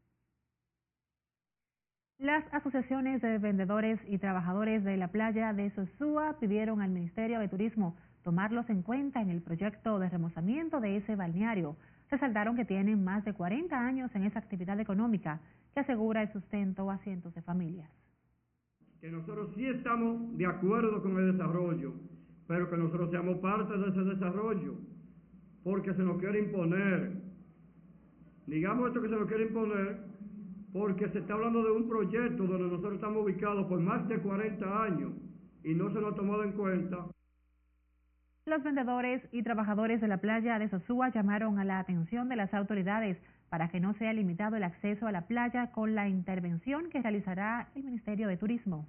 Las asociaciones de vendedores y trabajadores de la playa de Sosúa pidieron al Ministerio de Turismo tomarlos en cuenta en el proyecto de remozamiento de ese balneario. Resaltaron que tienen más de 40 años en esa actividad económica que asegura el sustento a cientos de familias. Que nosotros sí estamos de acuerdo con el desarrollo, pero que nosotros seamos parte de ese desarrollo, porque se nos quiere imponer. Digamos esto que se nos quiere imponer, porque se está hablando de un proyecto donde nosotros estamos ubicados por más de 40 años y no se nos ha tomado en cuenta. Los vendedores y trabajadores de la playa de Sosúa llamaron a la atención de las autoridades para que no sea limitado el acceso a la playa con la intervención que realizará el Ministerio de Turismo.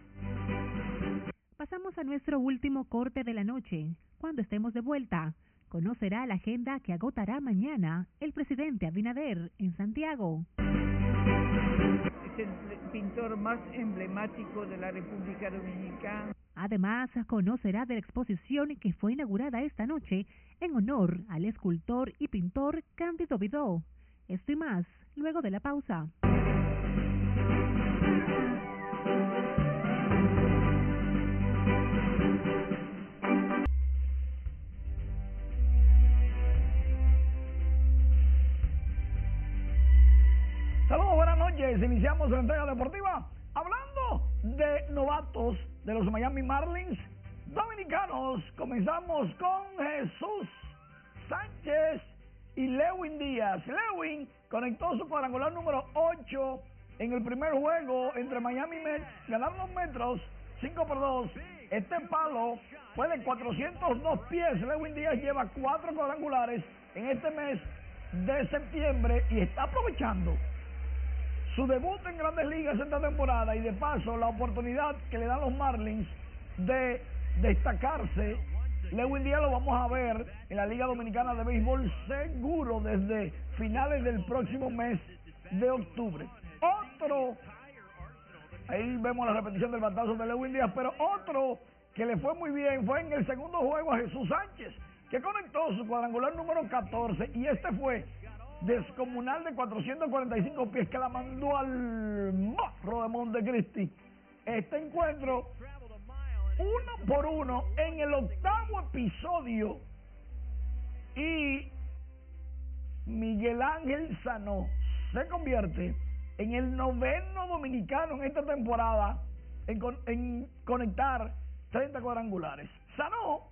Pasamos a nuestro último corte de la noche. Cuando estemos de vuelta, conocerá la agenda que agotará mañana el presidente Abinader en Santiago. Es el pintor más emblemático de la República Dominicana. Además, conocerá de la exposición que fue inaugurada esta noche en honor al escultor y pintor Cándido Vidó. Esto y más, luego de la pausa. Saludos, buenas noches. Iniciamos la entrega deportiva hablando de novatos de los Miami Marlins dominicanos. Comenzamos con Jesús Sánchez y Lewin Díaz. Lewin conectó su cuadrangular número 8 en el primer juego entre Miami Mets. Ganaron los Metros 5-2. Este palo fue de 402 pies. Lewin Díaz lleva 4 cuadrangulares en este mes de septiembre y está aprovechando su debut en Grandes Ligas esta temporada y de paso la oportunidad que le dan los Marlins de destacarse. Lewin Díaz lo vamos a ver en la Liga Dominicana de Béisbol seguro desde finales del próximo mes de octubre. Otro, ahí vemos la repetición del batazo de Lewin Díaz, pero otro que le fue muy bien fue en el segundo juego a Jesús Sánchez, que conectó su cuadrangular número 14 y este fue descomunal de 445 pies que la mandó al morro de Montecristi. Este encuentro 1-1 en el 8º episodio y Miguel Ángel Sanó se convierte en el 9º dominicano en esta temporada en conectar 30 cuadrangulares. Sanó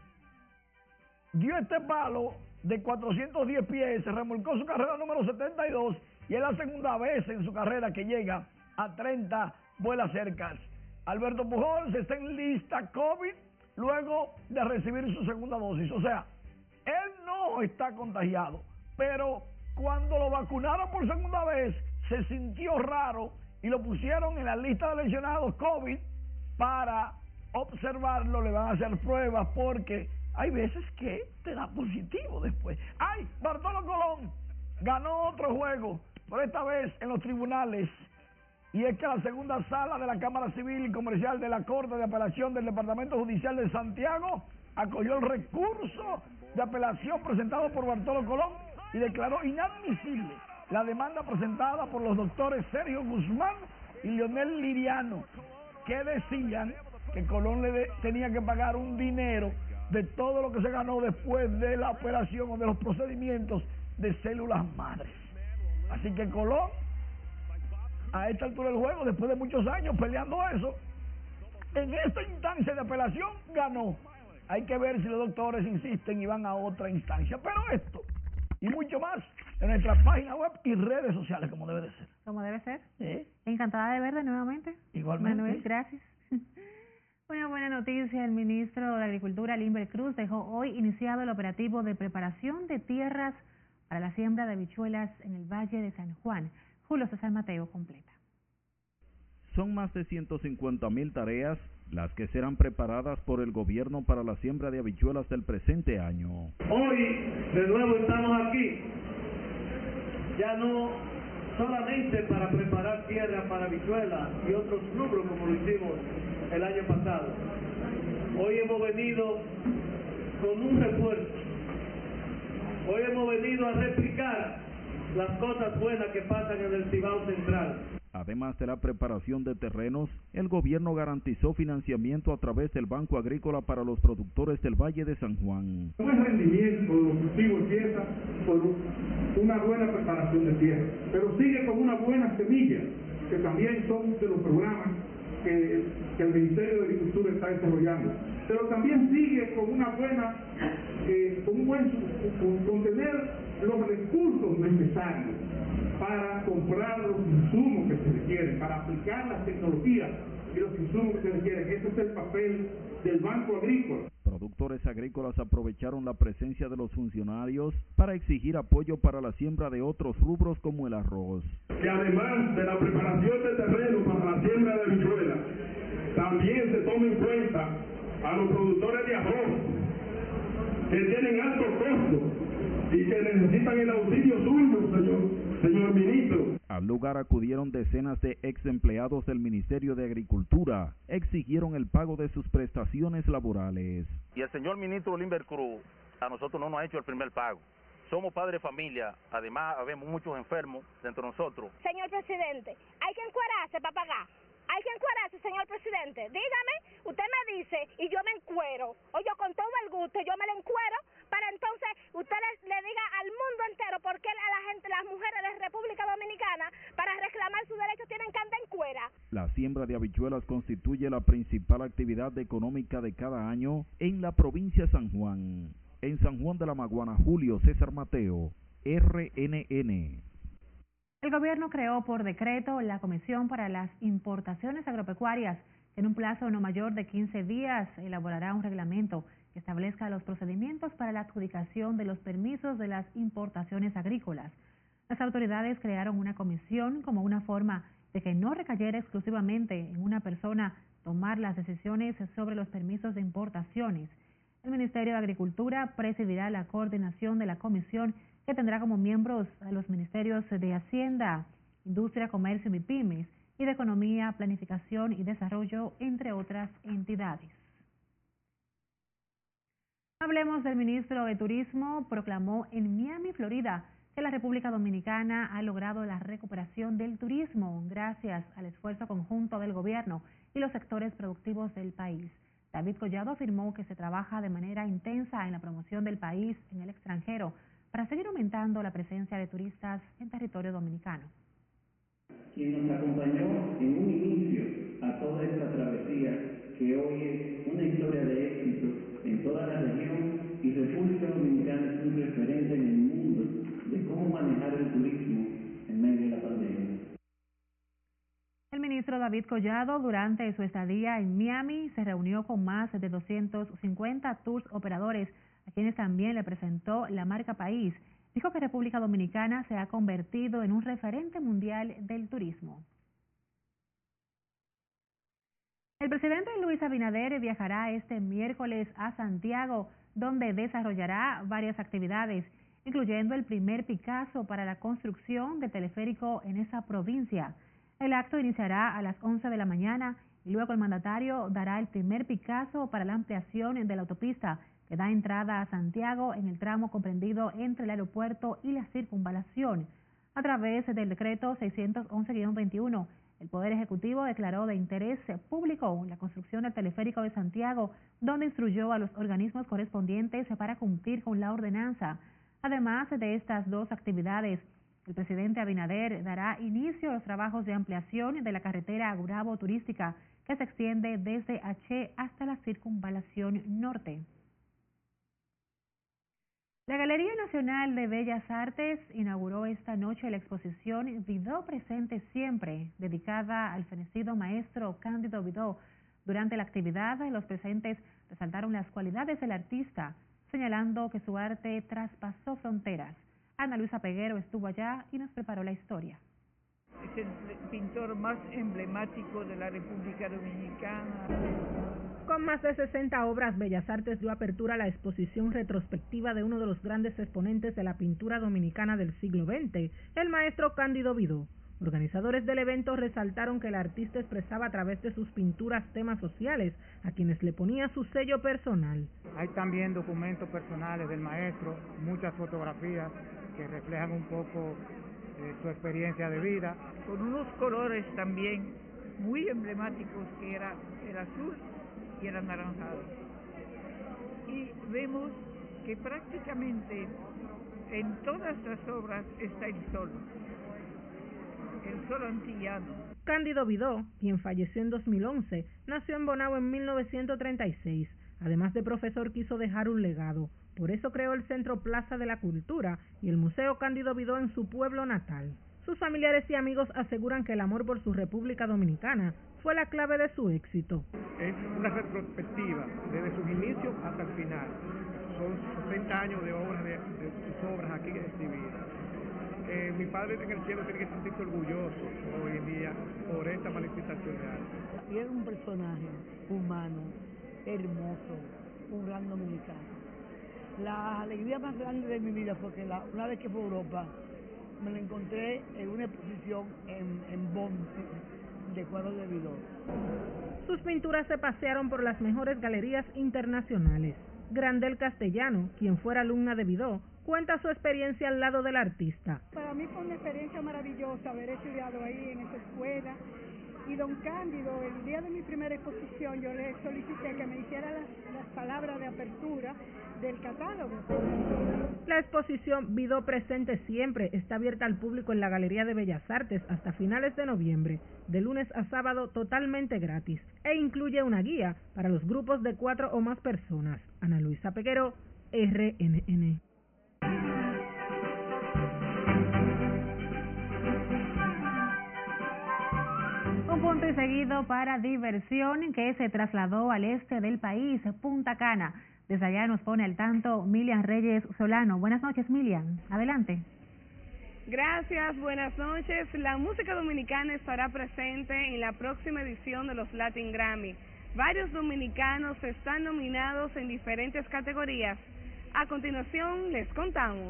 dio este palo de 410 pies, se remolcó su carrera número 72 y es la segunda vez en su carrera que llega a 30 vuelas cercas. Alberto Pujols está en lista COVID luego de recibir su segunda dosis, o sea, él no está contagiado, pero cuando lo vacunaron por segunda vez se sintió raro y lo pusieron en la lista de lesionados COVID para observarlo. Le van a hacer pruebas porque hay veces que te da positivo después. ¡Ay! Bartolo Colón ganó otro juego, pero esta vez en los tribunales. Y es que la segunda sala de la Cámara Civil y Comercial de la Corte de Apelación del Departamento Judicial de Santiago acogió el recurso de apelación presentado por Bartolo Colón y declaró inadmisible la demanda presentada por los doctores Sergio Guzmán y Leonel Liriano, que decían que Colón le tenía que pagar un dinero de todo lo que se ganó después de la operación o de los procedimientos de células madres. Así que Colón, a esta altura del juego, después de muchos años peleando eso, en esta instancia de apelación ganó. Hay que ver si los doctores insisten y van a otra instancia. Pero esto y mucho más en nuestra página web y redes sociales, como debe de ser. Como debe ser. Encantada de verte nuevamente. Igualmente. Manuel, gracias. Una buena noticia, el ministro de Agricultura, Limber Cruz, dejó hoy iniciado el operativo de preparación de tierras para la siembra de habichuelas en el Valle de San Juan. Julio César Mateo completa. Son más de 150.000 tareas las que serán preparadas por el gobierno para la siembra de habichuelas del presente año. Hoy de nuevo estamos aquí, ya no solamente para preparar tierra para habichuelas y otros rubros como lo hicimos el año pasado. Hoy hemos venido con un refuerzo. Hoy hemos venido a replicar las cosas buenas que pasan en el Cibao Central. Además de la preparación de terrenos, el gobierno garantizó financiamiento a través del Banco Agrícola para los productores del Valle de San Juan. Buen rendimiento de los cultivos empieza por una buena preparación de tierra, pero sigue con una buena semilla, que también son de los programas que el Ministerio de Agricultura está desarrollando. Pero también sigue con una buena, con tener los recursos necesarios para comprar los insumos que se requieren, para aplicar las tecnologías y los insumos que se requieren. Ese es el papel del Banco Agrícola. Productores agrícolas aprovecharon la presencia de los funcionarios para exigir apoyo para la siembra de otros rubros como el arroz. Que además de la preparación de terreno para la siembra de habichuelas, también se tome en cuenta a los productores de arroz, que tienen alto costo y que necesitan el auxilio suyo, señor ministro. Al lugar acudieron decenas de ex empleados del Ministerio de Agricultura. Exigieron el pago de sus prestaciones laborales. Y el señor ministro Limber Cruz a nosotros no nos ha hecho el primer pago. Somos padres de familia, además habemos muchos enfermos dentro de nosotros. Señor presidente, hay que encuerarse para pagar. Hay que encuerarse, señor presidente. Dígame, usted me dice y yo me encuero. O yo con todo el gusto, yo me le encuero para entonces usted le diga al mundo entero por qué a la gente, las mujeres de República Dominicana, para reclamar sus derechos tienen que andar en cuera. La siembra de habichuelas constituye la principal actividad económica de cada año en la provincia de San Juan. En San Juan de la Maguana, Julio César Mateo, RNN. El gobierno creó por decreto la Comisión para las Importaciones Agropecuarias. En un plazo no mayor de 15 días elaborará un reglamento que establezca los procedimientos para la adjudicación de los permisos de las importaciones agrícolas. Las autoridades crearon una comisión como una forma de que no recayera exclusivamente en una persona tomar las decisiones sobre los permisos de importaciones. El Ministerio de Agricultura presidirá la coordinación de la comisión, que tendrá como miembros a los ministerios de Hacienda, Industria, Comercio y MIPYMES, y de Economía, Planificación y Desarrollo, entre otras entidades. Hablemos del ministro de Turismo. Proclamó en Miami, Florida, que la República Dominicana ha logrado la recuperación del turismo gracias al esfuerzo conjunto del gobierno y los sectores productivos del país. David Collado afirmó que se trabaja de manera intensa en la promoción del país en el extranjero para seguir aumentando la presencia de turistas en territorio dominicano. Quien nos acompañó en un inicio a toda esta travesía, que hoy es una historia de éxito en toda la región, y República Dominicana es un referente en el mundo de cómo manejar el turismo en medio de la pandemia. El ministro David Collado, durante su estadía en Miami, se reunió con más de 250 tours operadores, a quienes también le presentó la marca país. Dijo que República Dominicana se ha convertido en un referente mundial del turismo. El presidente Luis Abinader viajará este miércoles a Santiago, donde desarrollará varias actividades, incluyendo el primer Picasso para la construcción del teleférico en esa provincia. El acto iniciará a las 11 de la mañana y luego el mandatario dará el primer Picasso para la ampliación de la autopista que da entrada a Santiago en el tramo comprendido entre el aeropuerto y la circunvalación. A través del decreto 611-21, el Poder Ejecutivo declaró de interés público la construcción del teleférico de Santiago, donde instruyó a los organismos correspondientes para cumplir con la ordenanza. Además de estas dos actividades, el presidente Abinader dará inicio a los trabajos de ampliación de la carretera Gurabo turística, que se extiende desde H hasta la circunvalación norte. La Galería Nacional de Bellas Artes inauguró esta noche la exposición Vidó Presente Siempre, dedicada al fenecido maestro Cándido Vidó. Durante la actividad, los presentes resaltaron las cualidades del artista, señalando que su arte traspasó fronteras. Ana Luisa Peguero estuvo allá y nos preparó la historia. Es el pintor más emblemático de la República Dominicana. Con más de 60 obras, Bellas Artes dio apertura a la exposición retrospectiva de uno de los grandes exponentes de la pintura dominicana del siglo XX, el maestro Cándido Vidó. Organizadores del evento resaltaron que el artista expresaba a través de sus pinturas temas sociales, a quienes le ponía su sello personal. Hay también documentos personales del maestro, muchas fotografías que reflejan un poco su experiencia de vida. Con unos colores también muy emblemáticos, que era el azul y el anaranjado. Y vemos que prácticamente en todas las obras está el sol antillano. Cándido Vidó, quien falleció en 2011, nació en Bonao en 1936. Además de profesor, quiso dejar un legado. Por eso creó el Centro Plaza de la Cultura y el Museo Cándido Vidó en su pueblo natal. Sus familiares y amigos aseguran que el amor por su República Dominicana fue la clave de su éxito. Es una retrospectiva desde sus inicios hasta el final. Son 60 años de obras de sus obras aquí exhibidas. Mi padre en el cielo tiene que sentirse orgulloso hoy en día por esta manifestación de arte. Y era un personaje humano, hermoso, un gran dominicano. La alegría más grande de mi vida fue que una vez que fue a Europa, me la encontré en una exposición en Bonn, de cuadros de Vidal. Sus pinturas se pasearon por las mejores galerías internacionales. Grandel Castellano, quien fuera alumna de Vidal, cuenta su experiencia al lado del artista. Para mí fue una experiencia maravillosa haber estudiado ahí en esa escuela. Y don Cándido, el día de mi primera exposición, yo le solicité que me hiciera las palabras de apertura del catálogo. La exposición Vidal Presente Siempre está abierta al público en la Galería de Bellas Artes hasta finales de noviembre, de lunes a sábado totalmente gratis, e incluye una guía para los grupos de 4 o más personas. Ana Luisa Peguero, RNN. Un punto y seguido para diversión que se trasladó al este del país, Punta Cana. Desde allá nos pone al tanto Milian Reyes Solano. Buenas noches, Milian. Adelante. Gracias, buenas noches. La música dominicana estará presente en la próxima edición de los Latin Grammy. Varios dominicanos están nominados en diferentes categorías. A continuación les contamos.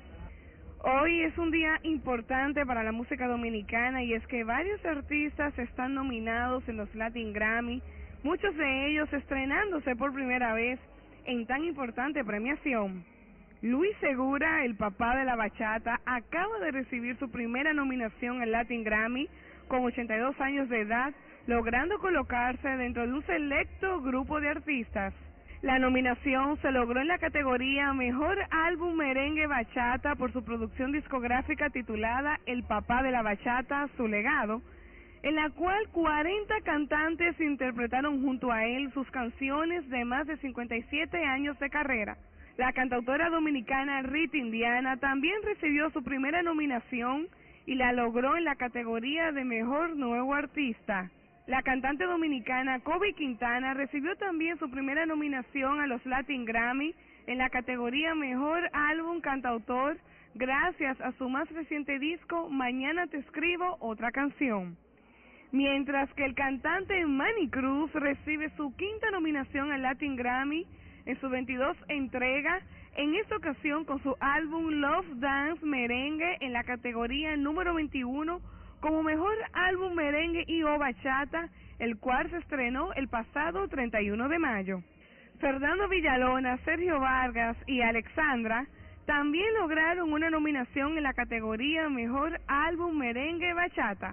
Hoy es un día importante para la música dominicana y es que varios artistas están nominados en los Latin Grammy, muchos de ellos estrenándose por primera vez en tan importante premiación. Luis Segura, el papá de la bachata, acaba de recibir su primera nominación al Latin Grammy con 82 años de edad, logrando colocarse dentro de un selecto grupo de artistas. La nominación se logró en la categoría Mejor Álbum Merengue Bachata por su producción discográfica titulada El Papá de la Bachata, Su Legado, en la cual 40 cantantes interpretaron junto a él sus canciones de más de 57 años de carrera. La cantautora dominicana Rita Indiana también recibió su primera nominación y la logró en la categoría de Mejor Nuevo Artista. La cantante dominicana Kobe Quintana recibió también su primera nominación a los Latin Grammy en la categoría Mejor Álbum Cantautor gracias a su más reciente disco Mañana te escribo otra canción. Mientras que el cantante Manny Cruz recibe su quinta nominación al Latin Grammy en su 22 entrega, en esta ocasión con su álbum Love Dance Merengue en la categoría número 21 como Mejor Álbum Merengue y o Bachata, el cual se estrenó el pasado 31 de mayo. Fernando Villalona, Sergio Vargas y Alexandra también lograron una nominación en la categoría Mejor Álbum Merengue Bachata.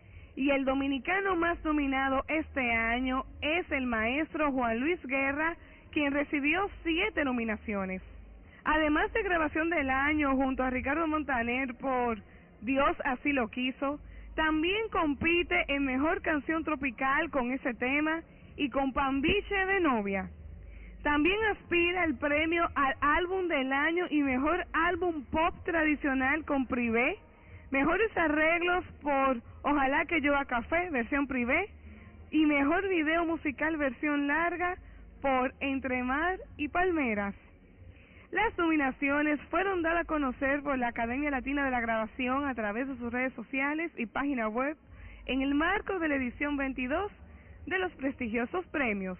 Y el dominicano más nominado este año es el maestro Juan Luis Guerra, quien recibió 7 nominaciones. Además de grabación del año junto a Ricardo Montaner por Dios así lo quiso, también compite en Mejor Canción Tropical con ese tema y con Pambiche de Novia. También aspira al premio al Álbum del Año y Mejor Álbum Pop Tradicional con Privé, Mejores Arreglos por Ojalá que Llueva Café, versión Privé, y Mejor Video Musical versión larga por Entre Mar y Palmeras. Las nominaciones fueron dadas a conocer por la Academia Latina de la Grabación a través de sus redes sociales y página web en el marco de la edición 22 de los prestigiosos premios.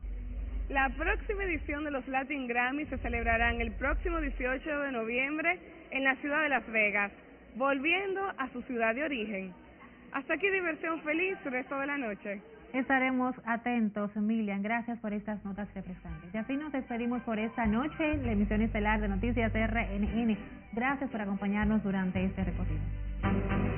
La próxima edición de los Latin Grammy se celebrará el próximo 18 de noviembre en la ciudad de Las Vegas, volviendo a su ciudad de origen. Hasta aquí diversión feliz, resto de la noche. Estaremos atentos, Milian. Gracias por estas notas refrescantes. Y así nos despedimos por esta noche, la emisión estelar de Noticias RNN. Gracias por acompañarnos durante este recorrido.